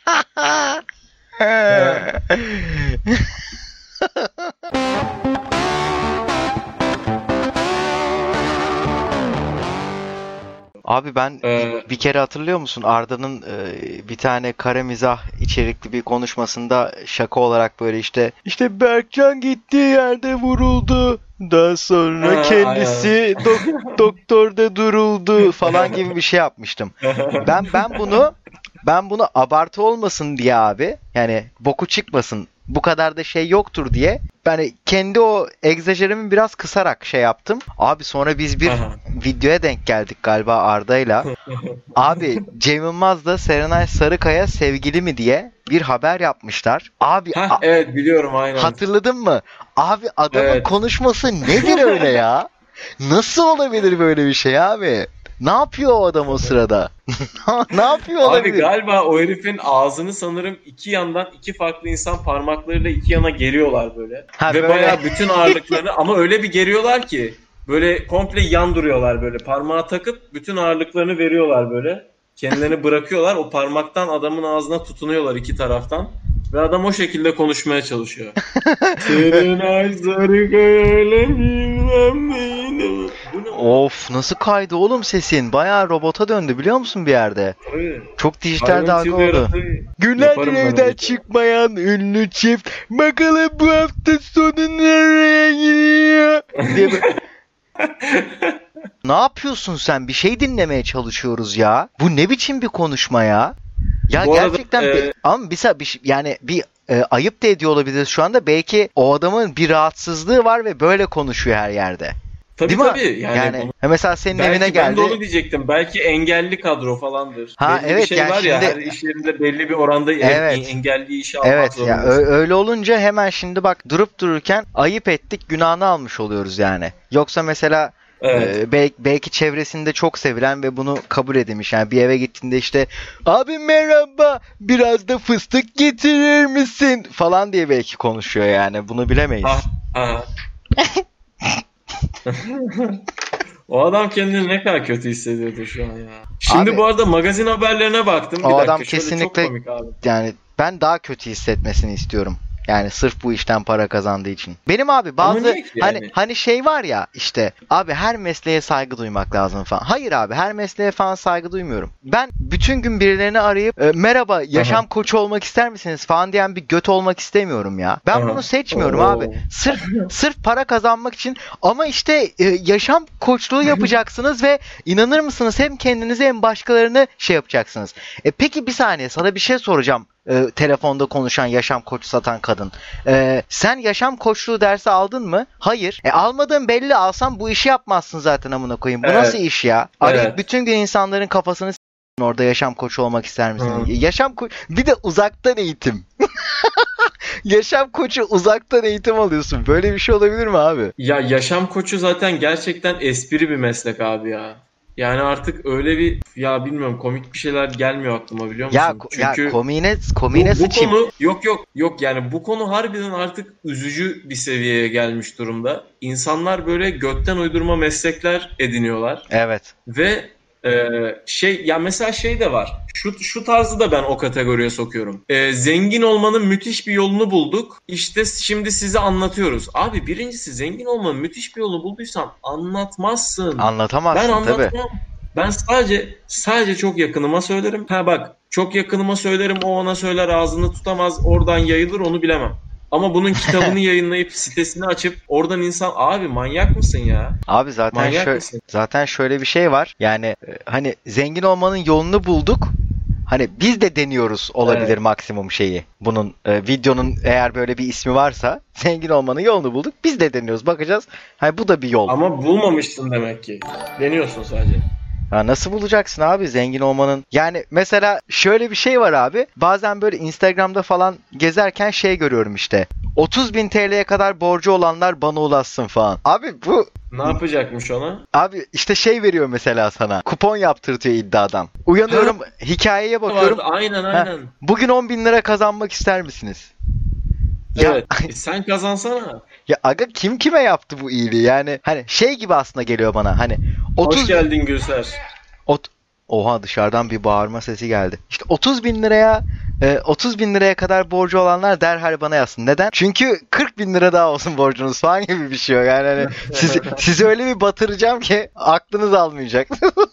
Abi ben Ee, bir kere hatırlıyor musun Arda'nın bir tane kare mizah içerikli bir konuşmasında şaka olarak böyle işte Berkcan gittiği yerde vuruldu. Daha sonra aynen. kendisi doktorda duruldu falan gibi bir şey yapmıştım. Ben bunu abartı olmasın diye abi, yani boku çıkmasın, bu kadar da şey yoktur diye ben kendi o egzajerimi biraz kısarak şey yaptım. Abi sonra biz bir Aha. videoya denk geldik galiba Arda'yla. Abi Cem Yılmaz'la Serenay Sarıkaya sevgili mi diye bir haber yapmışlar. Abi Evet, biliyorum aynen. hatırladın mı? Abi adamın Evet. konuşması nedir öyle ya? Nasıl olabilir böyle bir şey abi? Ne yapıyor o adam o sırada? Ne yapıyor Abi olabilir? galiba o herifin ağzını sanırım iki yandan iki farklı insan parmaklarıyla iki yana geriyorlar böyle. Ha Ve böyle. bayağı bütün ağırlıklarını, ama öyle bir geriyorlar ki böyle komple yan duruyorlar böyle. Parmağı takıp bütün ağırlıklarını veriyorlar böyle. Kendilerini bırakıyorlar. O parmaktan adamın ağzına tutunuyorlar iki taraftan. Ve adam o şekilde konuşmaya çalışıyor. Serenay Sarıkaya bilmem neydi. Bu ne oğlum? Of, nasıl kaydı oğlum sesin? Bayağı robota döndü biliyor musun bir yerde? Tabii. Çok dijital Silent dalga Hill oldu. yaratı Günlerdir yaparım ben evden öyle. çıkmayan ünlü çift. Bakalım bu hafta sonu nereye gidiyor? Diye Ne yapıyorsun sen? Bir şey dinlemeye çalışıyoruz ya. Bu ne biçim bir konuşma ya? Ya Bu arada gerçekten ama yani bir ayıp da ediyor olabiliriz şu anda. Belki o adamın bir rahatsızlığı var ve böyle konuşuyor her yerde. Tabii Değil mi? tabii. Yani Mesela senin evine belki ben de geldi. onu diyecektim. Belki engelli kadro falandır. Ha, Belli bir evet, şey yani var ya, her şimdi iş yerinde belli bir oranda evet. engelli işe almak Evet ya, zorundasın. öyle olunca hemen şimdi bak, durup dururken ayıp ettik, günahını almış oluyoruz yani. Yoksa mesela Evet. belki çevresinde çok sevilen ve bunu kabul edilmiş. Yani bir eve gittiğinde işte abi merhaba, biraz da fıstık getirir misin falan diye belki konuşuyor yani. Bunu Ha, bilemeyiz. ha. O adam kendini ne kadar kötü hissediyordu şu an ya. Şimdi Abi bu arada magazin haberlerine baktım. Bir o adam dakika, şöyle çok kesinlikle, komik abi. yani ben daha kötü hissetmesini istiyorum. Yani sırf bu işten para kazandığı için. Benim abi Ama bazı niye ki hani yani? hani şey var ya, işte abi her mesleğe saygı duymak lazım falan. Hayır abi, her mesleğe falan saygı duymuyorum. Ben bütün gün birilerini arayıp merhaba, yaşam Aha, koçu olmak ister misiniz falan diyen bir göt olmak istemiyorum ya. Ben bunu aha. seçmiyorum abi. Oo. Sırf para kazanmak için, ama işte yaşam koçluğu yapacaksınız ve inanır mısınız, hem kendinizi hem başkalarını şey yapacaksınız. Peki bir saniye, sana bir şey soracağım. Telefonda konuşan yaşam koçu satan kadın. Sen yaşam koçluğu dersi aldın mı? Hayır. Almadığın belli, alsan bu işi yapmazsın zaten, amına koyayım. Bu nasıl Evet, iş ya? Arayıp evet. bütün gün insanların kafasını orada yaşam koçu olmak ister misin? Hı. Yaşam koçu, bir de uzaktan eğitim. Yaşam koçu uzaktan eğitim alıyorsun. Böyle bir şey olabilir mi abi? Ya yaşam koçu zaten gerçekten espri bir meslek abi ya. Yani artık öyle bir, ya bilmiyorum, komik bir şeyler gelmiyor aklıma, biliyor Ya musun? ya Çünkü komiğine bu sıçayım. konu, yok yani bu konu harbiden artık üzücü bir seviyeye gelmiş durumda. İnsanlar böyle gökten uydurma meslekler ediniyorlar. Evet. Ve şey ya, mesela şey de var. Şu tarzı da ben o kategoriye sokuyorum. Zengin olmanın müthiş bir yolunu bulduk. İşte şimdi size anlatıyoruz. Abi birincisi, zengin olmanın müthiş bir yolunu bulduysan anlatmazsın. Ben Anlatamazsın tabii. anlatmam. Ben sadece çok yakınıma söylerim. Ha bak, çok yakınıma söylerim, o ona söyler, ağzını tutamaz, oradan yayılır, onu bilemem. Ama bunun kitabını yayınlayıp sitesini açıp oradan insan, abi manyak mısın ya? Abi zaten Manyak mısın? şöyle bir şey var. Yani hani zengin olmanın yolunu bulduk. Hani biz de deniyoruz olabilir Evet. maksimum şeyi. Bunun videonun eğer böyle bir ismi varsa, zengin olmanın yolunu bulduk. Biz de deniyoruz. Bakacağız. Hani bu da bir yol. Ama bulmamışsın demek ki. Deniyorsun sadece. Ya nasıl bulacaksın abi zengin olmanın? Yani mesela şöyle bir şey var abi. Bazen böyle Instagram'da falan gezerken şey görüyorum işte. 30.000 TL'ye kadar borcu olanlar bana ulaşsın falan. Abi bu, Ne yapacakmış ona? abi işte şey veriyor mesela sana. Kupon yaptırtıyor iddiadan. Uyanıyorum, hikayeye bakıyorum. Vardı, aynen Ha, aynen. bugün 10.000 lira kazanmak ister misiniz? Ya Evet. Sen kazansana. ya aga, kim kime yaptı bu iyiliği? Yani hani şey gibi aslında geliyor bana. Hani Hoş 30 bin, geldin Gülser. ot, oha, dışarıdan bir bağırma sesi geldi. İşte 30 bin liraya kadar borcu olanlar derhal bana yazsın. Neden? Çünkü 40 bin lira daha olsun borcunuz falan gibi bir şey yok. Yani hani sizi öyle bir batıracağım ki aklınız almayacak.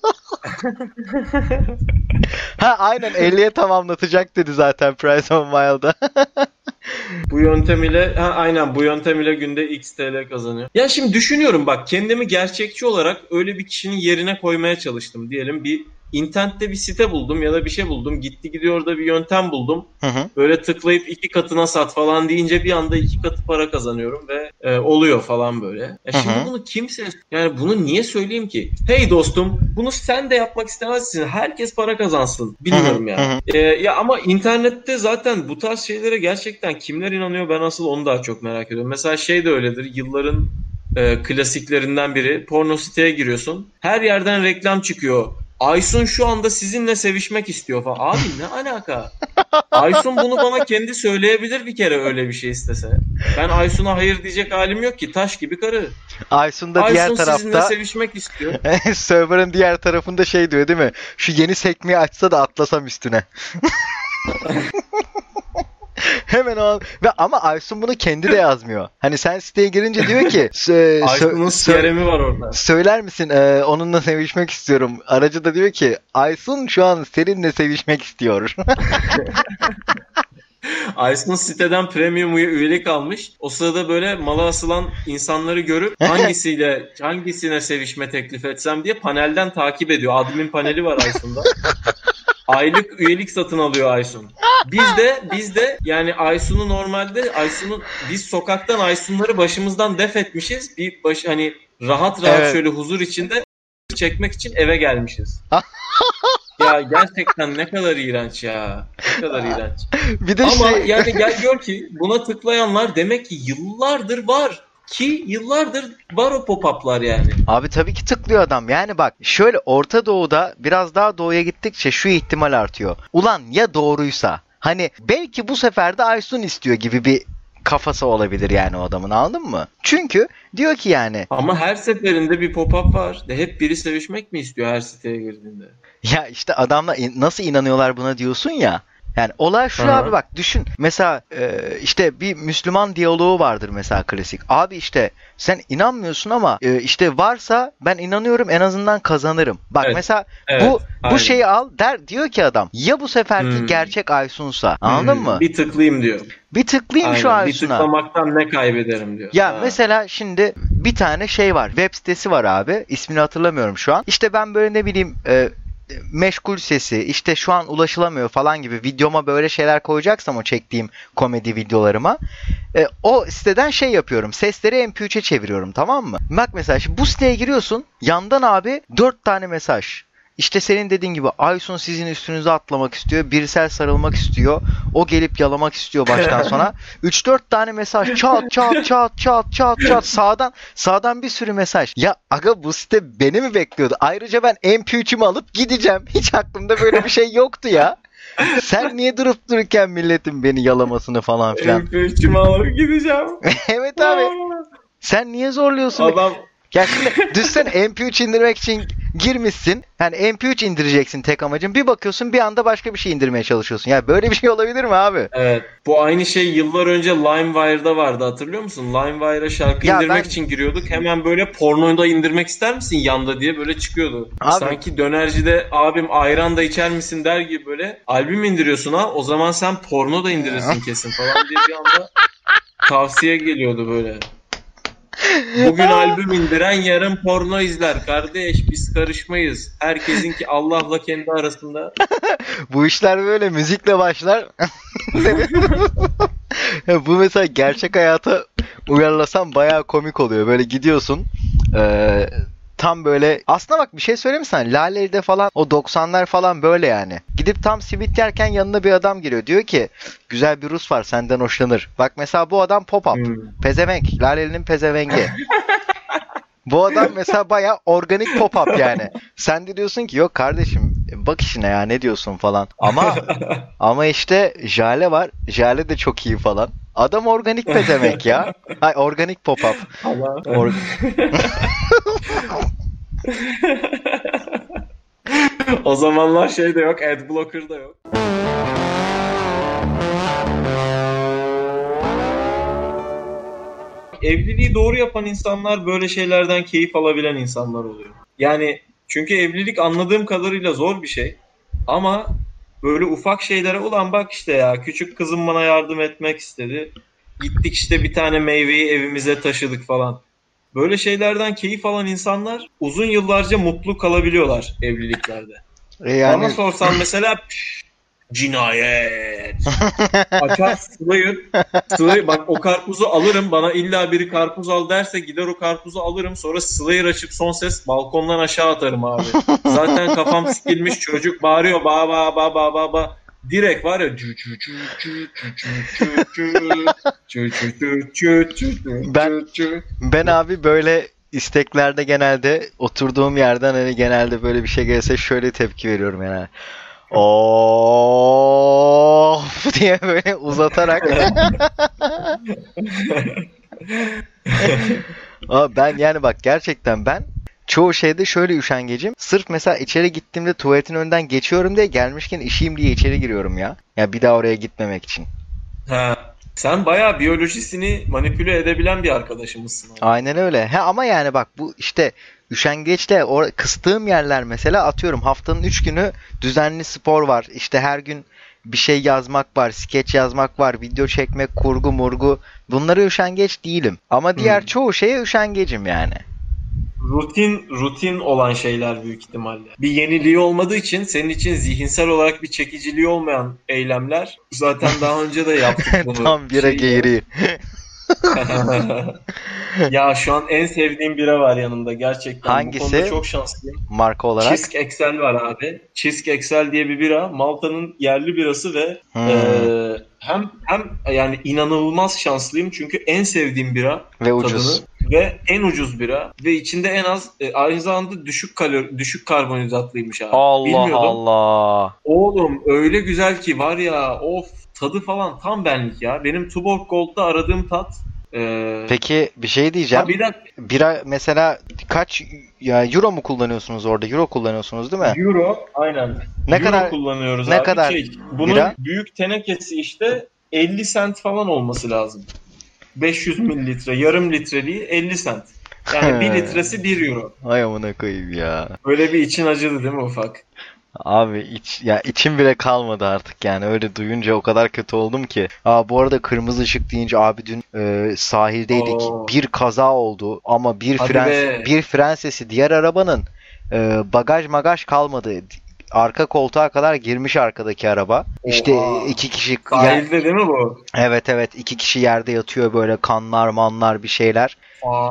Ha aynen, 50'ye tamamlatacak dedi zaten Price of Mile'da. Bu yöntem ile, ha, aynen, bu yöntem ile günde X TL kazanıyor. Ya şimdi düşünüyorum, bak, kendimi gerçekçi olarak öyle bir kişinin yerine koymaya çalıştım. Diyelim bir internette bir site buldum ya da bir şey buldum. Gidiyor da bir yöntem buldum. Hı hı. Böyle tıklayıp 2 katına sat falan deyince bir anda 2 katı para kazanıyorum ve oluyor falan böyle. Ya Hı şimdi hı. bunu kimse, yani bunu niye söyleyeyim ki? Hey dostum, bunu sen de yapmak istemezsin. Herkes para kazansın. Hı hı. Bilmiyorum Hı ya. hı. Ya ama internette zaten bu tarz şeylere gerçekten kimler inanıyor, ben asıl onu daha çok merak ediyorum. Mesela şey de öyledir. Yılların klasiklerinden biri. Porno siteye giriyorsun. Her yerden reklam çıkıyor. Aysun şu anda sizinle sevişmek istiyor falan. Abi ne alaka? Aysun bunu bana kendi söyleyebilir bir kere, öyle bir şey istese. Ben Aysun'a hayır diyecek halim yok ki. Taş gibi karı. Aysun da diğer Aysun sizinle tarafta sevişmek istiyor. server'ın diğer tarafında şey diyor değil mi? Şu yeni sekmeyi açsa da atlasam üstüne. Hemen o an. Ve ama Aysun bunu kendi de yazmıyor. Hani sen siteye girince diyor ki Aysun'un CRM'i var orada. söyler misin, onunla sevişmek istiyorum. Aracı da diyor ki Aysun şu an seninle sevişmek istiyor. Aysun siteden premium üyelik almış. O sırada böyle mala asılan insanları görüp hangisine sevişme teklif etsem diye panelden takip ediyor. Admin paneli var Aysun'da. Aylık üyelik satın alıyor Aysun. Biz de yani Aysun'un biz sokaktan Aysun'ları başımızdan def etmişiz. Hani rahat Evet. şöyle huzur içinde çekmek için eve gelmişiz. Ya gerçekten ne kadar iğrenç ya. Ne kadar iğrenç. Bir de Ama yani gel gör ki buna tıklayanlar demek ki yıllardır var. Ki yıllardır var o pop-up'lar yani. Abi tabii ki tıklıyor adam. Yani bak şöyle Orta Doğu'da biraz daha doğuya gittikçe şu ihtimal artıyor. Ulan ya doğruysa? Hani belki bu sefer de Aysun istiyor gibi bir kafası olabilir yani o adamın, anladın mı? Çünkü diyor ki yani. Ama her seferinde bir pop-up var. Hep biri sevişmek mi istiyor her siteye girdiğinde? Ya işte adamlar nasıl inanıyorlar buna diyorsun ya. Yani olay şu abi, bak düşün. Mesela işte bir Müslüman diyaloğu vardır mesela, klasik. Abi işte sen inanmıyorsun ama işte varsa ben inanıyorum, en azından kazanırım. Bak evet, mesela bu şeyi al diyor ki adam, ya bu seferki gerçek Aysun'sa, anladın mı? Bir tıklayayım diyor. Bir tıklayayım şu Aysun'a. Bir tıklamaktan ne kaybederim diyor. Ya mesela şimdi bir tane şey var. Web sitesi var abi. İsmini hatırlamıyorum şu an. İşte ben böyle ne bileyim meşgul sesi, işte şu an ulaşılamıyor falan gibi videoma böyle şeyler koyacaksam o çektiğim komedi videolarıma o siteden şey yapıyorum. Sesleri MP3'e çeviriyorum, tamam mı? Bak mesela şimdi bu siteye giriyorsun. Yandan abi 4 tane mesaj. İşte senin dediğin gibi Aysun sizin üstünüze atlamak istiyor. Birsel sarılmak istiyor. O gelip yalamak istiyor baştan sona. 3-4 tane mesaj. Çat çat çat çat çat çat. Sağdan bir sürü mesaj. Ya aga, bu site beni mi bekliyordu? Ayrıca ben MP3'ümü alıp gideceğim. Hiç aklımda böyle bir şey yoktu ya. Sen niye durup dururken milletin beni yalamasını falan filan. MP3'ümü alıp gideceğim. Evet abi. Sen niye zorluyorsun? Adam... Ya şimdi düşsene, MP3 indirmek için girmişsin. Yani MP3 indireceksin tek amacın. Bir bakıyorsun bir anda başka bir şey indirmeye çalışıyorsun. Ya böyle bir şey olabilir mi abi? Evet. Bu aynı şey yıllar önce LimeWire'da vardı, hatırlıyor musun? LimeWire'a şarkı indirmek için giriyorduk. Hemen böyle pornoyu da indirmek ister misin yanda diye böyle çıkıyordu. Abi, sanki dönercide abim ayran da içer misin der gibi böyle albüm indiriyorsun ha. O zaman sen porno da indirirsin kesin falan diye bir anda tavsiye geliyordu böyle. Bugün albüm indiren yarın porno izler kardeş, biz karışmayız. Herkesinki Allah'la kendi arasında. Bu işler böyle müzikle başlar. Bu mesela gerçek hayata uyarlasam bayağı komik oluyor. Böyle gidiyorsun tam böyle, aslında bak bir şey söyleyeyim mi sana? Laleli'de falan o 90'lar falan böyle yani. Gidip tam simit yerken yanına bir adam giriyor. Diyor ki güzel bir Rus var, senden hoşlanır. Bak mesela bu adam pop-up. Pezevenk. Laleli'nin pezevengi. Bu adam mesela bayağı organik pop-up yani. Sen de diyorsun ki yok kardeşim bak işine ya, ne diyorsun falan. Ama işte Jale var. Jale de çok iyi falan. Adam organik pezevenk ya. Ay, organik pop-up. O zamanlar şey de yok, adblocker da yok. Evliliği doğru yapan insanlar böyle şeylerden keyif alabilen insanlar oluyor. Yani çünkü evlilik anladığım kadarıyla zor bir şey. Ama böyle ufak şeylere, ulan bak işte ya küçük kızım bana yardım etmek istedi. Gittik işte bir tane meyveyi evimize taşıdık falan. Böyle şeylerden keyif alan insanlar uzun yıllarca mutlu kalabiliyorlar evliliklerde. Yani... Bana sorsan mesela cinayet. Açar Slayer. Bak o karpuzu alırım. Bana illa biri karpuz al derse gider o karpuzu alırım. Sonra Slayer açıp son ses balkondan aşağı atarım abi. Zaten kafam sikilmiş, çocuk bağırıyor. Ba ba ba ba ba ba. Direkt var ya ben abi böyle isteklerde genelde oturduğum yerden hani genelde böyle bir şey gelse şöyle tepki veriyorum yani. Of diye böyle uzatarak. Ama ben yani bak gerçekten ben çoğu şeyde şöyle üşengecim. Sırf mesela içeri gittiğimde tuvaletin önünden geçiyorum diye, gelmişken işeyim diye içeri giriyorum ya. Ya bir daha oraya gitmemek için. Ha. Sen bayağı biyolojisini manipüle edebilen bir arkadaşımızsın. Aynen öyle. Ama yani bak bu işte üşengeçte kıstığım yerler mesela, atıyorum haftanın 3 günü düzenli spor var. İşte her gün bir şey yazmak var, skeç yazmak var, video çekmek, kurgu murgu. Bunlara üşengeç değilim. Ama diğer çoğu şeye üşengecim yani. rutin olan şeyler büyük ihtimalle. Bir yeniliği olmadığı için senin için zihinsel olarak bir çekiciliği olmayan eylemler. Zaten daha önce de yaptık bunu. Tam bira geğiri. Ya şu an en sevdiğim bira var yanımda gerçekten. Hangisi? Bu konuda çok şanslıyım. Marka olarak? Çisk Excel var abi. Çisk Excel diye bir bira. Malta'nın yerli birası ve hem yani inanılmaz şanslıyım çünkü en sevdiğim bira Ve ucuz. tadını ve en ucuz bira ve içinde en az aynı zamanda düşük karbonhidratlıymış abi. Allah Bilmiyordum. Allah. Oğlum öyle güzel ki var ya, of, tadı falan tam benlik ya. Benim Tuborg Gold'da aradığım tat. Peki bir şey diyeceğim. Bir dakika. Bira mesela kaç ya euro mu kullanıyorsunuz orada? Euro kullanıyorsunuz değil mi? Euro aynen. Ne Euro kadar kullanıyoruz ne abi. kadar Bunun bira? büyük tenekesi işte 50 sent falan olması lazım. 500 mililitre, yarım litreliği 50 sent. Yani 1 litresi 1 euro. Ay amına koyayım ya. Böyle bir için acıdı değil mi ufak? Abi içim bile kalmadı artık yani öyle duyunca o kadar kötü oldum ki. Bu arada kırmızı ışık deyince abi dün sahildeydik. Oo. Bir kaza oldu ama Hadi be. bir fren sesi diğer arabanın bagaj kalmadı. Arka koltuğa kadar girmiş arkadaki araba. İşte Oha. iki kişi Sahilde değil mi bu? evet iki kişi yerde yatıyor böyle kanlar manlar bir şeyler.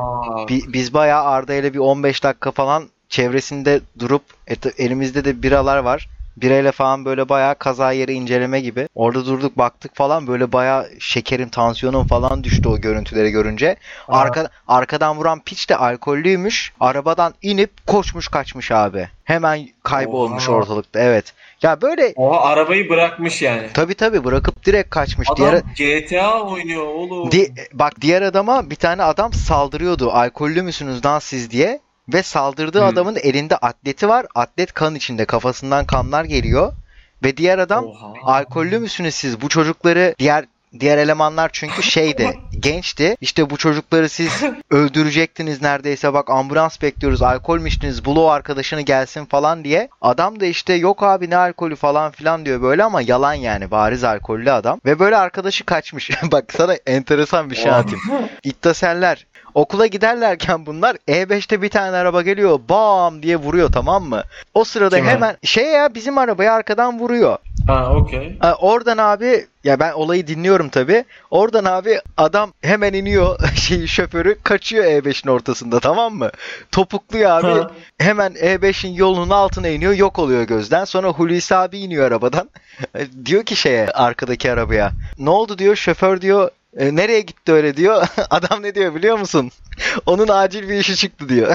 Biz bayağı Arda ile bir 15 dakika falan çevresinde durup elimizde de biralar var. Birayla falan böyle bayağı kaza yeri inceleme gibi. Orada durduk baktık falan böyle bayağı şekerim, tansiyonum falan düştü o görüntüleri görünce. Arkadan vuran piç de alkollüymüş. Arabadan inip koşmuş kaçmış abi. Hemen kaybolmuş ortalıkta. Evet. Ya böyle Arabayı bırakmış yani. Tabii bırakıp direkt kaçmış. Adam GTA oynuyor oğlum. Bak diğer adama bir tane adam saldırıyordu. Alkollü müsünüz lan siz diye. Ve saldırdığı adamın elinde atleti var. Atlet kan içinde. Kafasından kanlar geliyor. Ve diğer adam alkollü müsünüz siz? Bu çocukları diğer elemanlar çünkü gençti. İşte bu çocukları siz öldürecektiniz neredeyse. Bak ambulans bekliyoruz. Alkol mü içtiniz? Bul o arkadaşını gelsin falan diye. Adam da işte yok abi ne alkolü falan filan diyor böyle ama yalan yani. Bariz alkollü adam. Ve böyle arkadaşı kaçmış. Bak sana enteresan bir şey anlatayım. İttaseller. Okula giderlerken bunlar E5'te bir tane araba geliyor. Bam diye vuruyor, tamam mı? O sırada hemen bizim arabaya arkadan vuruyor. Okey. Oradan abi ya ben olayı dinliyorum tabii. Oradan abi adam hemen iniyor şoförü kaçıyor E5'in ortasında, tamam mı? Topukluyor abi. Hemen E5'in yolunun altına iniyor, yok oluyor gözden. Sonra Hulusi abi iniyor arabadan. Diyor ki arkadaki arabaya. Ne oldu diyor, şoför diyor. Nereye gitti öyle diyor. Adam ne diyor biliyor musun? Onun acil bir işi çıktı diyor.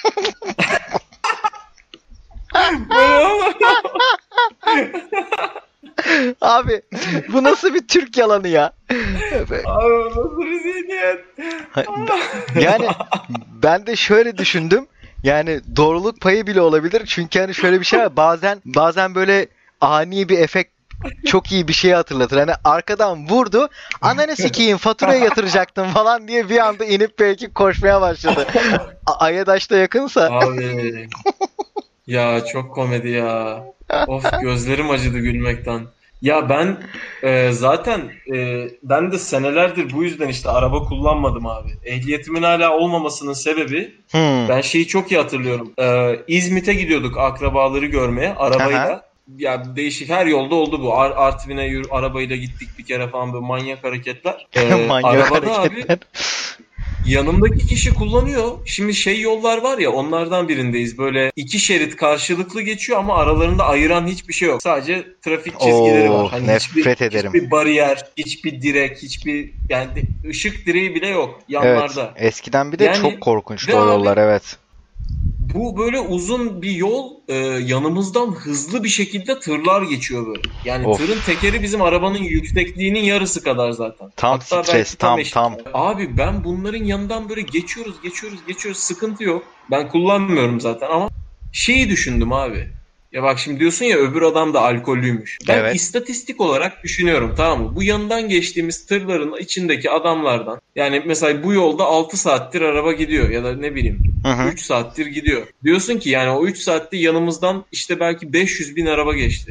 Abi bu nasıl bir Türk yalanı ya? Abi bu nasıl bir zihniyet? Yani ben de şöyle düşündüm. Yani doğruluk payı bile olabilir. Çünkü hani şöyle bir şey var. Bazen böyle ani bir efekt çok iyi bir şey hatırlatır. Hani arkadan vurdu. Ananı sikeyim faturayı yatıracaktım falan diye bir anda inip belki koşmaya başladı. Ayadaş'ta yakınsa. Abi. Ya çok komedi ya. Of, gözlerim acıdı gülmekten. Ya ben zaten ben de senelerdir bu yüzden işte araba kullanmadım abi. Ehliyetimin hala olmamasının sebebi ben şeyi çok iyi hatırlıyorum. İzmit'e gidiyorduk akrabaları görmeye arabayla. Ya değişik her yolda oldu bu. Artvin'e arabayla gittik bir kere falan, böyle manyak hareketler. Arabada abi yanımdaki kişi kullanıyor. Şimdi yollar var ya, onlardan birindeyiz. Böyle iki şerit karşılıklı geçiyor ama aralarında ayıran hiçbir şey yok. Sadece trafik çizgileri var. Hani nefret ederim. Hiçbir bariyer, hiçbir direk, yani ışık direği bile yok yanlarda. Evet. Eskiden bir de çok korkunçtu o yollar, evet. Bu böyle uzun bir yol, yanımızdan hızlı bir şekilde tırlar geçiyor böyle. Yani tırın tekeri bizim arabanın yüksekliğinin yarısı kadar zaten. Tam hatta stres, tam. Abi ben bunların yanından böyle geçiyoruz, sıkıntı yok. Ben kullanmıyorum zaten ama düşündüm abi. Ya bak şimdi diyorsun ya öbür adam da alkollüymüş. Ben istatistik olarak düşünüyorum, tamam mı? Bu yanından geçtiğimiz tırların içindeki adamlardan, yani mesela bu yolda 6 saattir araba gidiyor ya da ne bileyim 3 saattir gidiyor. Diyorsun ki yani o 3 saatte yanımızdan işte belki 500 bin araba geçti.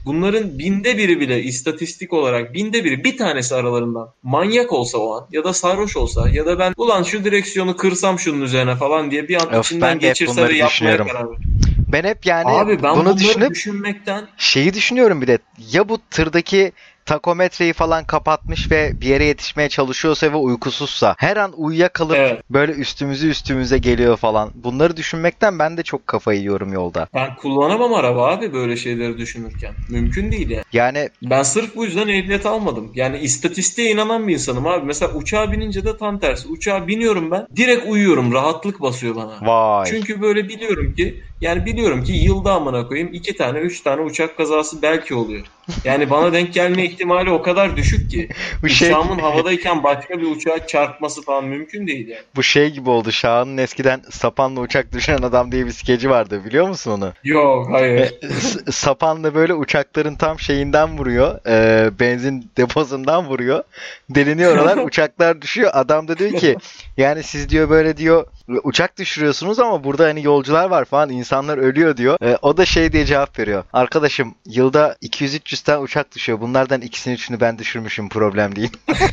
Bunların binde biri bile istatistik olarak binde biri bir tanesi aralarından manyak olsa o an ya da sarhoş olsa ya da ben ulan şu direksiyonu kırsam şunun üzerine falan diye bir an Of, içinden ben de hep geçirse bunları ve yapmaya düşünüyorum. karar verir. Ben hep yani Abi ben bunu bunları düşünüp düşünmekten şeyi düşünüyorum bir de. Ya bu tırdaki takometreyi falan kapatmış ve bir yere yetişmeye çalışıyorsa ve uykusuzsa, her an uyuyakalıp evet, böyle üstümüze geliyor falan. Bunları düşünmekten ben de çok kafayı yiyorum yolda. ben kullanamam araba abi böyle şeyleri düşünürken. Mümkün değil yani. Yani Ben sırf bu yüzden ehliyet almadım. Yani istatistiğe inanan bir insanım abi. Mesela uçağa binince de tam tersi. Uçağa biniyorum ben. Direkt uyuyorum. Rahatlık basıyor bana. vay. Çünkü böyle biliyorum ki yılda amına koyayım 2 tane 3 tane uçak kazası belki oluyor. Yani bana denk gelme ihtimali o kadar düşük ki Bu şey uçağımın havadayken başka bir uçağa çarpması falan mümkün değil yani. bu şey gibi oldu. Şahan'ın eskiden sapanla uçak düşüren adam diye bir skeci vardı. Biliyor musun onu? Yok, hayır. Sapanla böyle uçakların tam şeyinden vuruyor. Benzin deposundan vuruyor. Deliniyorlar. Uçaklar düşüyor. Adam da diyor ki yani siz diyor böyle diyor uçak düşürüyorsunuz ama burada hani yolcular var falan, insanlar ölüyor diyor. O da şey diye cevap veriyor. Arkadaşım yılda 200-300 tane uçak düşüyor. Bunlardan ikisini üçünü ben düşürmüşüm, problem değil.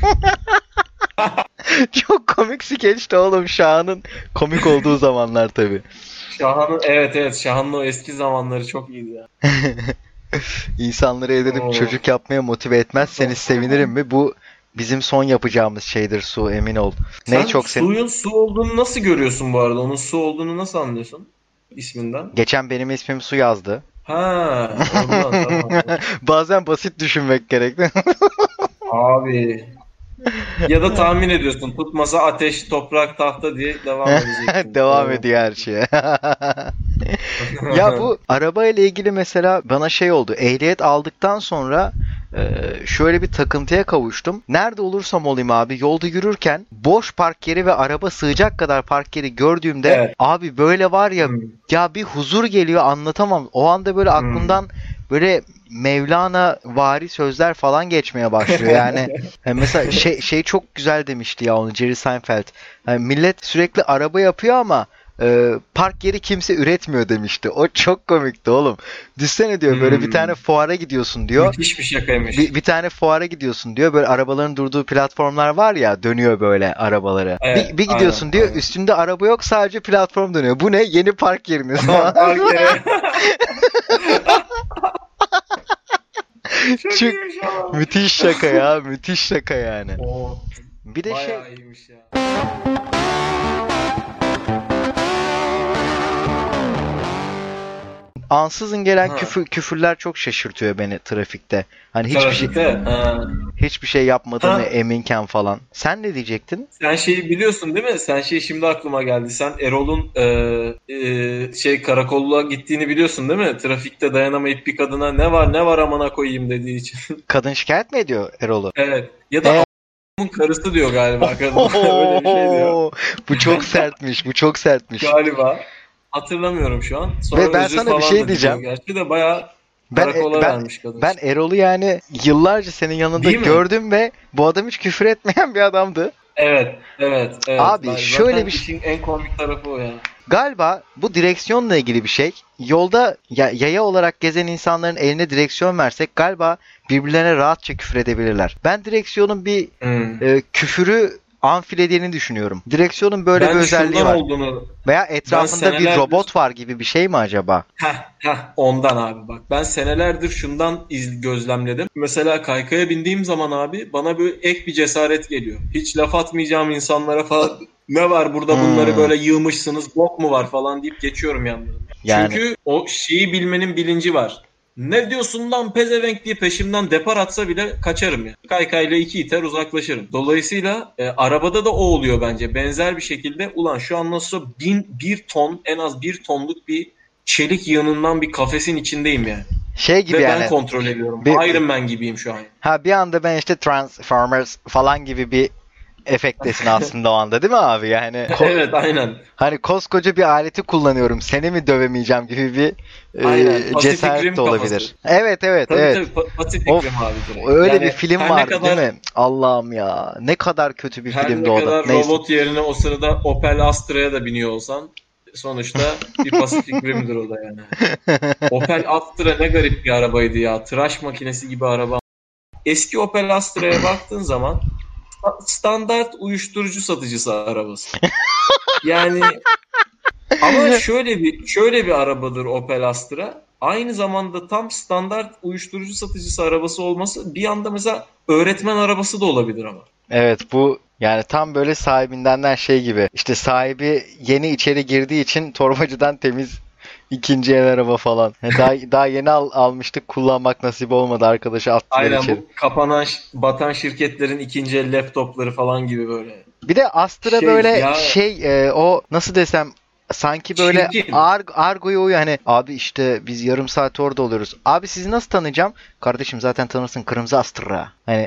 Çok komik skeçti oğlum, Şahan'ın komik olduğu zamanlar tabii. Evet, Şahan'ın o eski zamanları çok iyiydi ya. İnsanları evlenip Oo. çocuk yapmaya motive etmezseniz sevinirim mi? Bu bizim son yapacağımız şeydir Su, emin ol. Sen Çok suyun su olduğunu nasıl görüyorsun bu arada? Onun su olduğunu nasıl anlıyorsun isminden? Geçen benim ismim Su yazdı. Ha, ondan tamam. Bazen basit düşünmek gerekti. Abi. Ya da tahmin ediyorsun. Tutmasa ateş, toprak, tahta diye devam edeceksin. Devam Oo. ediyor her şeye. Ya bu araba ile ilgili mesela bana şey oldu. Ehliyet aldıktan sonra şöyle bir takıntıya kavuştum. Nerede olursam olayım abi, yolda yürürken boş park yeri ve araba sığacak kadar park yeri gördüğümde Evet. abi böyle var ya, Hmm. ya bir huzur geliyor, anlatamam. O anda böyle aklımdan böyle Mevlana vari sözler falan geçmeye başlıyor. Yani mesela şey çok güzel demişti ya onu Jerry Seinfeld. Yani millet sürekli araba yapıyor ama park yeri kimse üretmiyor demişti. O çok komikti oğlum. Düşsene diyor böyle bir tane fuara gidiyorsun diyor. Müthiş bir şakaymış. Bir tane fuara gidiyorsun diyor. Böyle arabaların durduğu platformlar var ya, dönüyor böyle arabaları. Evet, Bir gidiyorsun aynen, diyor, aynen. üstünde araba yok, sadece platform dönüyor. Bu ne? Yeni park yeriniz falan. Park yeri. Çok Çok iyiymiş ama. müthiş şaka ya. Müthiş şaka yani. Oo, Bir de bayağı iyiymiş ya. ansızın gelen Ha. küfürler çok şaşırtıyor beni trafikte. Hani Trafikte. Ha. hiçbir şey yapmadığını Ha. eminken falan. Sen ne diyecektin? Sen şeyi biliyorsun değil mi? Sen şey şimdi aklıma geldi. Sen Erol'un karakolluğa gittiğini biliyorsun değil mi? Trafikte dayanamayıp bir kadına ne var amına koyayım dediği için. Kadın şikayet mi ediyor Erol'u? Evet. Ya da a**ın karısı diyor galiba kadın. Öyle bir şey diyor. Bu çok sertmiş. Bu çok sertmiş. Galiba. Hatırlamıyorum şu an. Sonra Ve ben özür sana bir falan şey da diyeceğim. diliyor gerçi de bayağı Ben karakola ben vermiş kadın. ben Erol'u yani yıllarca senin yanında Değil mi? gördüm ve bu adam hiç küfür etmeyen bir adamdı. Evet. Abi Ben şöyle zaten bir şey. işin en komik tarafı o yani. Galiba bu direksiyonla ilgili bir şey. Yolda yaya olarak gezen insanların eline direksiyon versek galiba birbirlerine rahatça küfür edebilirler. Ben direksiyonun bir küfürü amfilediğini düşünüyorum. Direksiyonun böyle bir Ben özelliği şundan var. olduğunu Veya etrafında bir senelerdir- robot var gibi bir şey mi acaba? Ondan abi bak. Ben senelerdir şundan gözlemledim. Mesela kaykaya bindiğim zaman abi bana böyle ek bir cesaret geliyor. Hiç laf atmayacağım insanlara falan ne var burada bunları böyle yığmışsınız bok mu var falan deyip geçiyorum yanlarına. Yani- Çünkü o şeyi bilmenin bilinci var. Ne diyorsun lan pezevenk diye peşimden depar atsa bile kaçarım ya. Kaykayla 2 iter uzaklaşırım. Dolayısıyla arabada da o oluyor bence. Benzer bir şekilde ulan şu an nasıl 1 ton en az 1 tonluk bir çelik yığınından bir kafesin içindeyim yani. Şey gibi Ve yani. ben kontrol ediyorum. Iron Man gibiyim şu an. Ha bir anda ben işte Transformers falan gibi bir efektesin aslında o anda, değil mi abi? Yani Evet, aynen. hani koskoca bir aleti kullanıyorum, seni mi dövemeyeceğim gibi bir Aynen. Pacific cesaret Rim de olabilir. kafası. Evet. Tabii Pacific Of, Rim abi direkt. öyle Yani bir film her ne var kadar- değil mi? Allah'ım ya. Ne kadar kötü bir Her filmdi ne o da. kadar Neyse. robot yerine o sırada Opel Astra'ya da biniyor olsan sonuçta bir Pacific Rim'dir o da yani. Opel Astra ne garip bir arabaydı ya. Tıraş makinesi gibi araba. Eski Opel Astra'ya baktığın zaman standart uyuşturucu satıcısı arabası. Yani ama şöyle bir arabadır Opel Astra. Aynı zamanda tam standart uyuşturucu satıcısı arabası olması bir anda mesela öğretmen arabası da olabilir ama. Evet, bu yani tam böyle sahibinden şey gibi. İşte sahibi yeni içeri girdiği için torbacıdan temiz ikinci el araba falan. Daha yeni almıştık, kullanmak nasip olmadı, arkadaşı attılar Aynen içeri. bu kapanan, batan şirketlerin ikinci el laptopları falan gibi böyle. Bir de Astra Şey böyle ya, o nasıl desem, sanki böyle çirkin. argoya uyuyor, hani abi işte biz yarım saat orada oluyoruz. Abi sizi nasıl tanıyacağım? Kardeşim zaten tanırsın, kırmızı Astra. Hani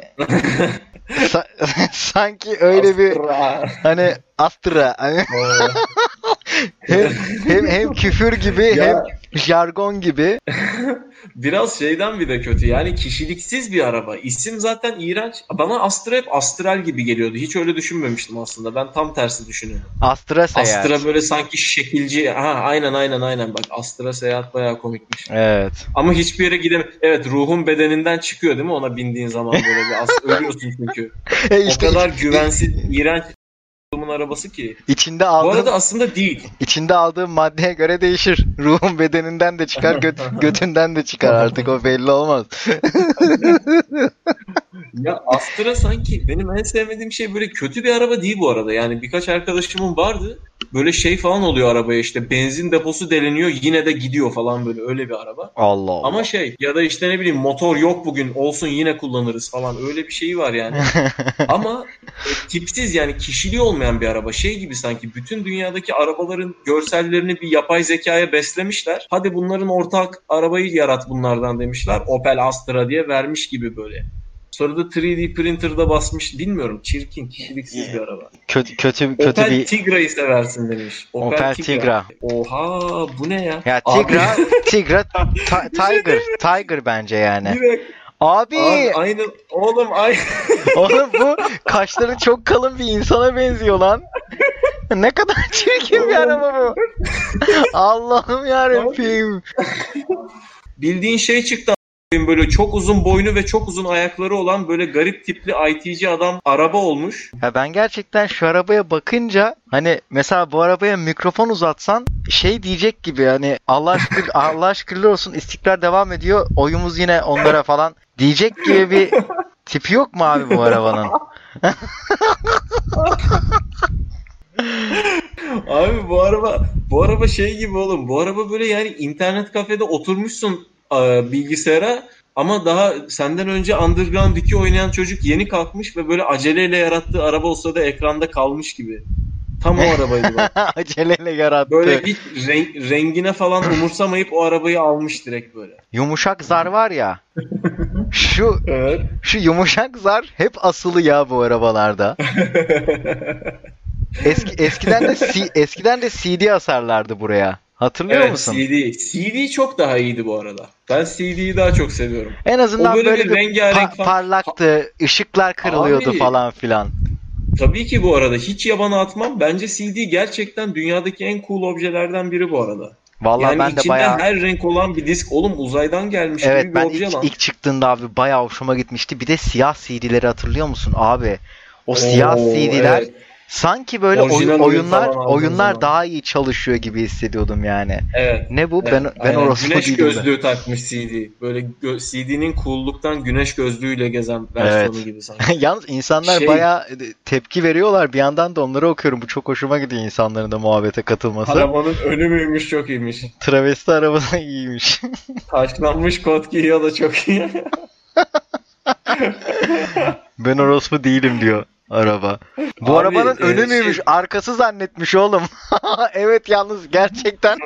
sanki öyle bir Astra. hani Astra hani hem, hem küfür gibi hem Ya jargon gibi. biraz şeyden bir de kötü. Yani kişiliksiz bir araba. İsim zaten iğrenç. Bana Astra hep astral gibi geliyordu. Hiç öyle düşünmemiştim aslında. Ben tam tersi düşünüyorum. Astra Seyahat. Astra böyle sanki şekilci. Ha, aynen bak. Astra Seyahat bayağı komikmiş. Evet. Ama hiçbir yere gidemiyor. Evet, ruhun bedeninden çıkıyor değil mi ona bindiğin zaman böyle bir ölüyorsun çünkü. İşte O kadar güvensiz, iğrenç adamın arabası ki. içinde Bu aldığın arada aslında değil. İçinde aldığın maddeye göre değişir. Ruhun bedeninden de çıkar, götünden de çıkar, artık o belli olmaz. Ya Astra sanki benim en sevmediğim şey, böyle kötü bir araba değil bu arada. Yani birkaç arkadaşımın vardı. Böyle şey falan oluyor arabaya, işte benzin deposu deliniyor yine de gidiyor falan, böyle öyle bir araba. Allah Allah. Ama şey ya da işte ne bileyim motor yok bugün olsun yine kullanırız falan, öyle bir şeyi var yani. Ama tipsiz, yani kişiliği olmayan bir araba. Şey gibi sanki bütün dünyadaki arabaların görsellerini bir yapay zekaya beslemişler. Hadi bunların ortak arabayı yarat bunlardan demişler. Opel Astra diye vermiş gibi böyle. Sonra da 3D printer'da basmış. Bilmiyorum. Çirkin, kişiliksiz bir araba. Kötü Opel bir Tigra'yı seversin demiş. Opel Tigra. Oha, bu ne ya? Ya Abi, Tigra Tiger bence yani. direkt. Abi Aynı. Oğlum aynı. oğlum, bu kaşları çok kalın bir insana benziyor lan. Ne kadar çirkin bir araba bu. Allah'ım yarabbim. Bildiğin şey çıktı. Böyle çok uzun boynu ve çok uzun ayakları olan böyle garip tipli IT'ci adam araba olmuş. Ya ben gerçekten şu arabaya bakınca, hani mesela bu arabaya mikrofon uzatsan şey diyecek gibi, hani Allah şükürler olsun, İstiklal devam ediyor, oyumuz yine onlara falan diyecek gibi bir tipi yok mu abi bu arabanın? Abi bu araba şey gibi oğlum. Bu araba böyle yani internet kafede oturmuşsun bilgisayara, ama daha senden önce Underground 2 oynayan çocuk yeni kalkmış ve böyle aceleyle yarattığı araba olsa da ekranda kalmış gibi. Tam o arabaydı bu. Aceleyle yarattı. Böyle hiç rengine falan umursamayıp o arabayı almış direkt böyle. Yumuşak zar var ya. Evet. Şu yumuşak zar hep asılı ya bu arabalarda. Eskiden de CD asarlardı buraya. Hatırlıyor Evet, musun? CD çok daha iyiydi bu arada. Ben CD'yi daha çok seviyorum. En azından O böyle böyle bir bir rengarenk falan. parlaktı, ışıklar kırılıyordu Abi, falan filan. tabii ki bu arada hiç yabana atmam. Bence CD gerçekten dünyadaki en cool objelerden biri bu arada. Vallahi Yani ben de içinde bayağı, her renk olan bir disk. Oğlum uzaydan gelmiş evet, gibi bir ben obje lan. ilk çıktığında abi bayağı hoşuma gitmişti. Bir de siyah CD'leri hatırlıyor musun abi? O siyah CD'ler, Evet. sanki böyle Orijinal oyun falan aldığın oyunlar zaman. daha iyi çalışıyor gibi hissediyordum yani. Evet. Ne bu? Evet, Ben aynen. orospu Güneş değilim de. gözlüğü takmış CD. Böyle CD'nin cool'luktan güneş gözlüğüyle gezen versiyonu Evet. gibi sanki. Yalnız insanlar Şey, bayağı tepki veriyorlar. Bir yandan da onları okuyorum. Bu çok hoşuma gidiyor, insanların da muhabbete katılması. arabanın önü müymüş, çok iyiymiş. Travesti arabası iyiymiş. Taşlanmış kot giyiyor da çok iyi. Ben orospu değilim diyor araba. Bu Abi, arabanın önü müymüş? Arkası zannetmiş oğlum. Evet, yalnız gerçekten.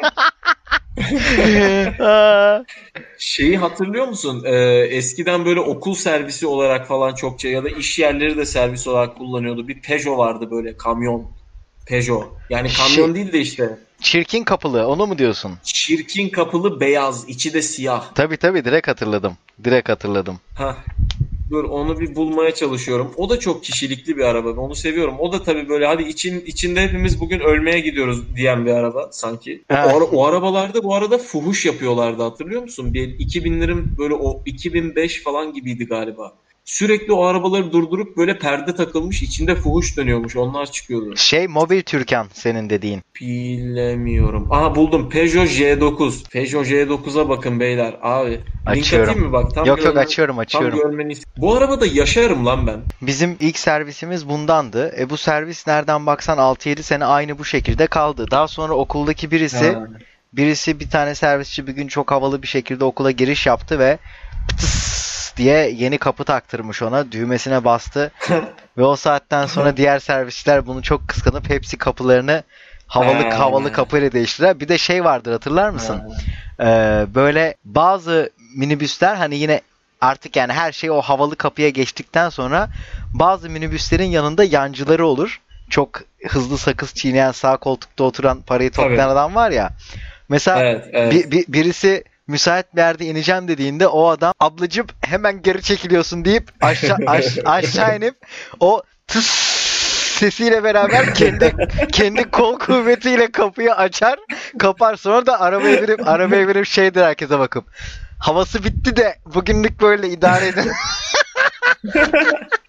Şeyi hatırlıyor musun? Eskiden böyle okul servisi olarak falan çokça ya da iş yerleri de servis olarak kullanıyordu. Bir Peugeot vardı, böyle kamyon. Peugeot. Yani kamyon değil de işte Çirkin kapılı, onu mu diyorsun? çirkin kapılı beyaz, içi de siyah. Tabii direkt hatırladım. Direkt hatırladım. Hah. Dur onu bir bulmaya çalışıyorum. O da çok kişilikli bir araba. Ben onu seviyorum. O da tabii böyle hadi içinde hepimiz bugün ölmeye gidiyoruz diyen bir araba sanki. O arabalarda bu arada fuhuş yapıyorlardı, hatırlıyor musun? Bir 2000'lerin böyle o 2005 falan gibiydi galiba. Sürekli o arabaları durdurup böyle perde takılmış, içinde fuhuş dönüyormuş. Onlar çıkıyordu. Mobil Türkan senin dediğin. Bilemiyorum. Aha buldum. Peugeot J9. Peugeot J9'a bakın beyler. Abi link Açıyorum. atayım mı bak? Yok Tam açıyorum. görmeni Bu arabada yaşarım lan ben. Bizim ilk servisimiz bundandı. Bu servis nereden baksan 6-7 sene aynı bu şekilde kaldı. Daha sonra okuldaki birisi bir tane servisçi bir gün çok havalı bir şekilde okula giriş yaptı ve pıtıs diye yeni kapı taktırmış ona. Düğmesine bastı. Ve o saatten sonra diğer servisçiler bunu çok kıskanıp hepsi kapılarını havalı kapıyla değiştirdiler. Bir de şey vardır, hatırlar mısın? Böyle bazı minibüsler hani yine artık yani her şey o havalı kapıya geçtikten sonra bazı minibüslerin yanında yancıları olur. Çok hızlı sakız çiğneyen, sağ koltukta oturan, parayı toplayan adam var ya. Mesela Evet. birisi müsait bir yerde ineceğim dediğinde o adam ablacım hemen geri çekiliyorsun deyip aşağı inip o tıs sesiyle beraber kendi kol kuvvetiyle kapıyı açar, kapar, sonra da arabaya binip şeydir herkese bakıp havası bitti de bugünlük böyle idare edin.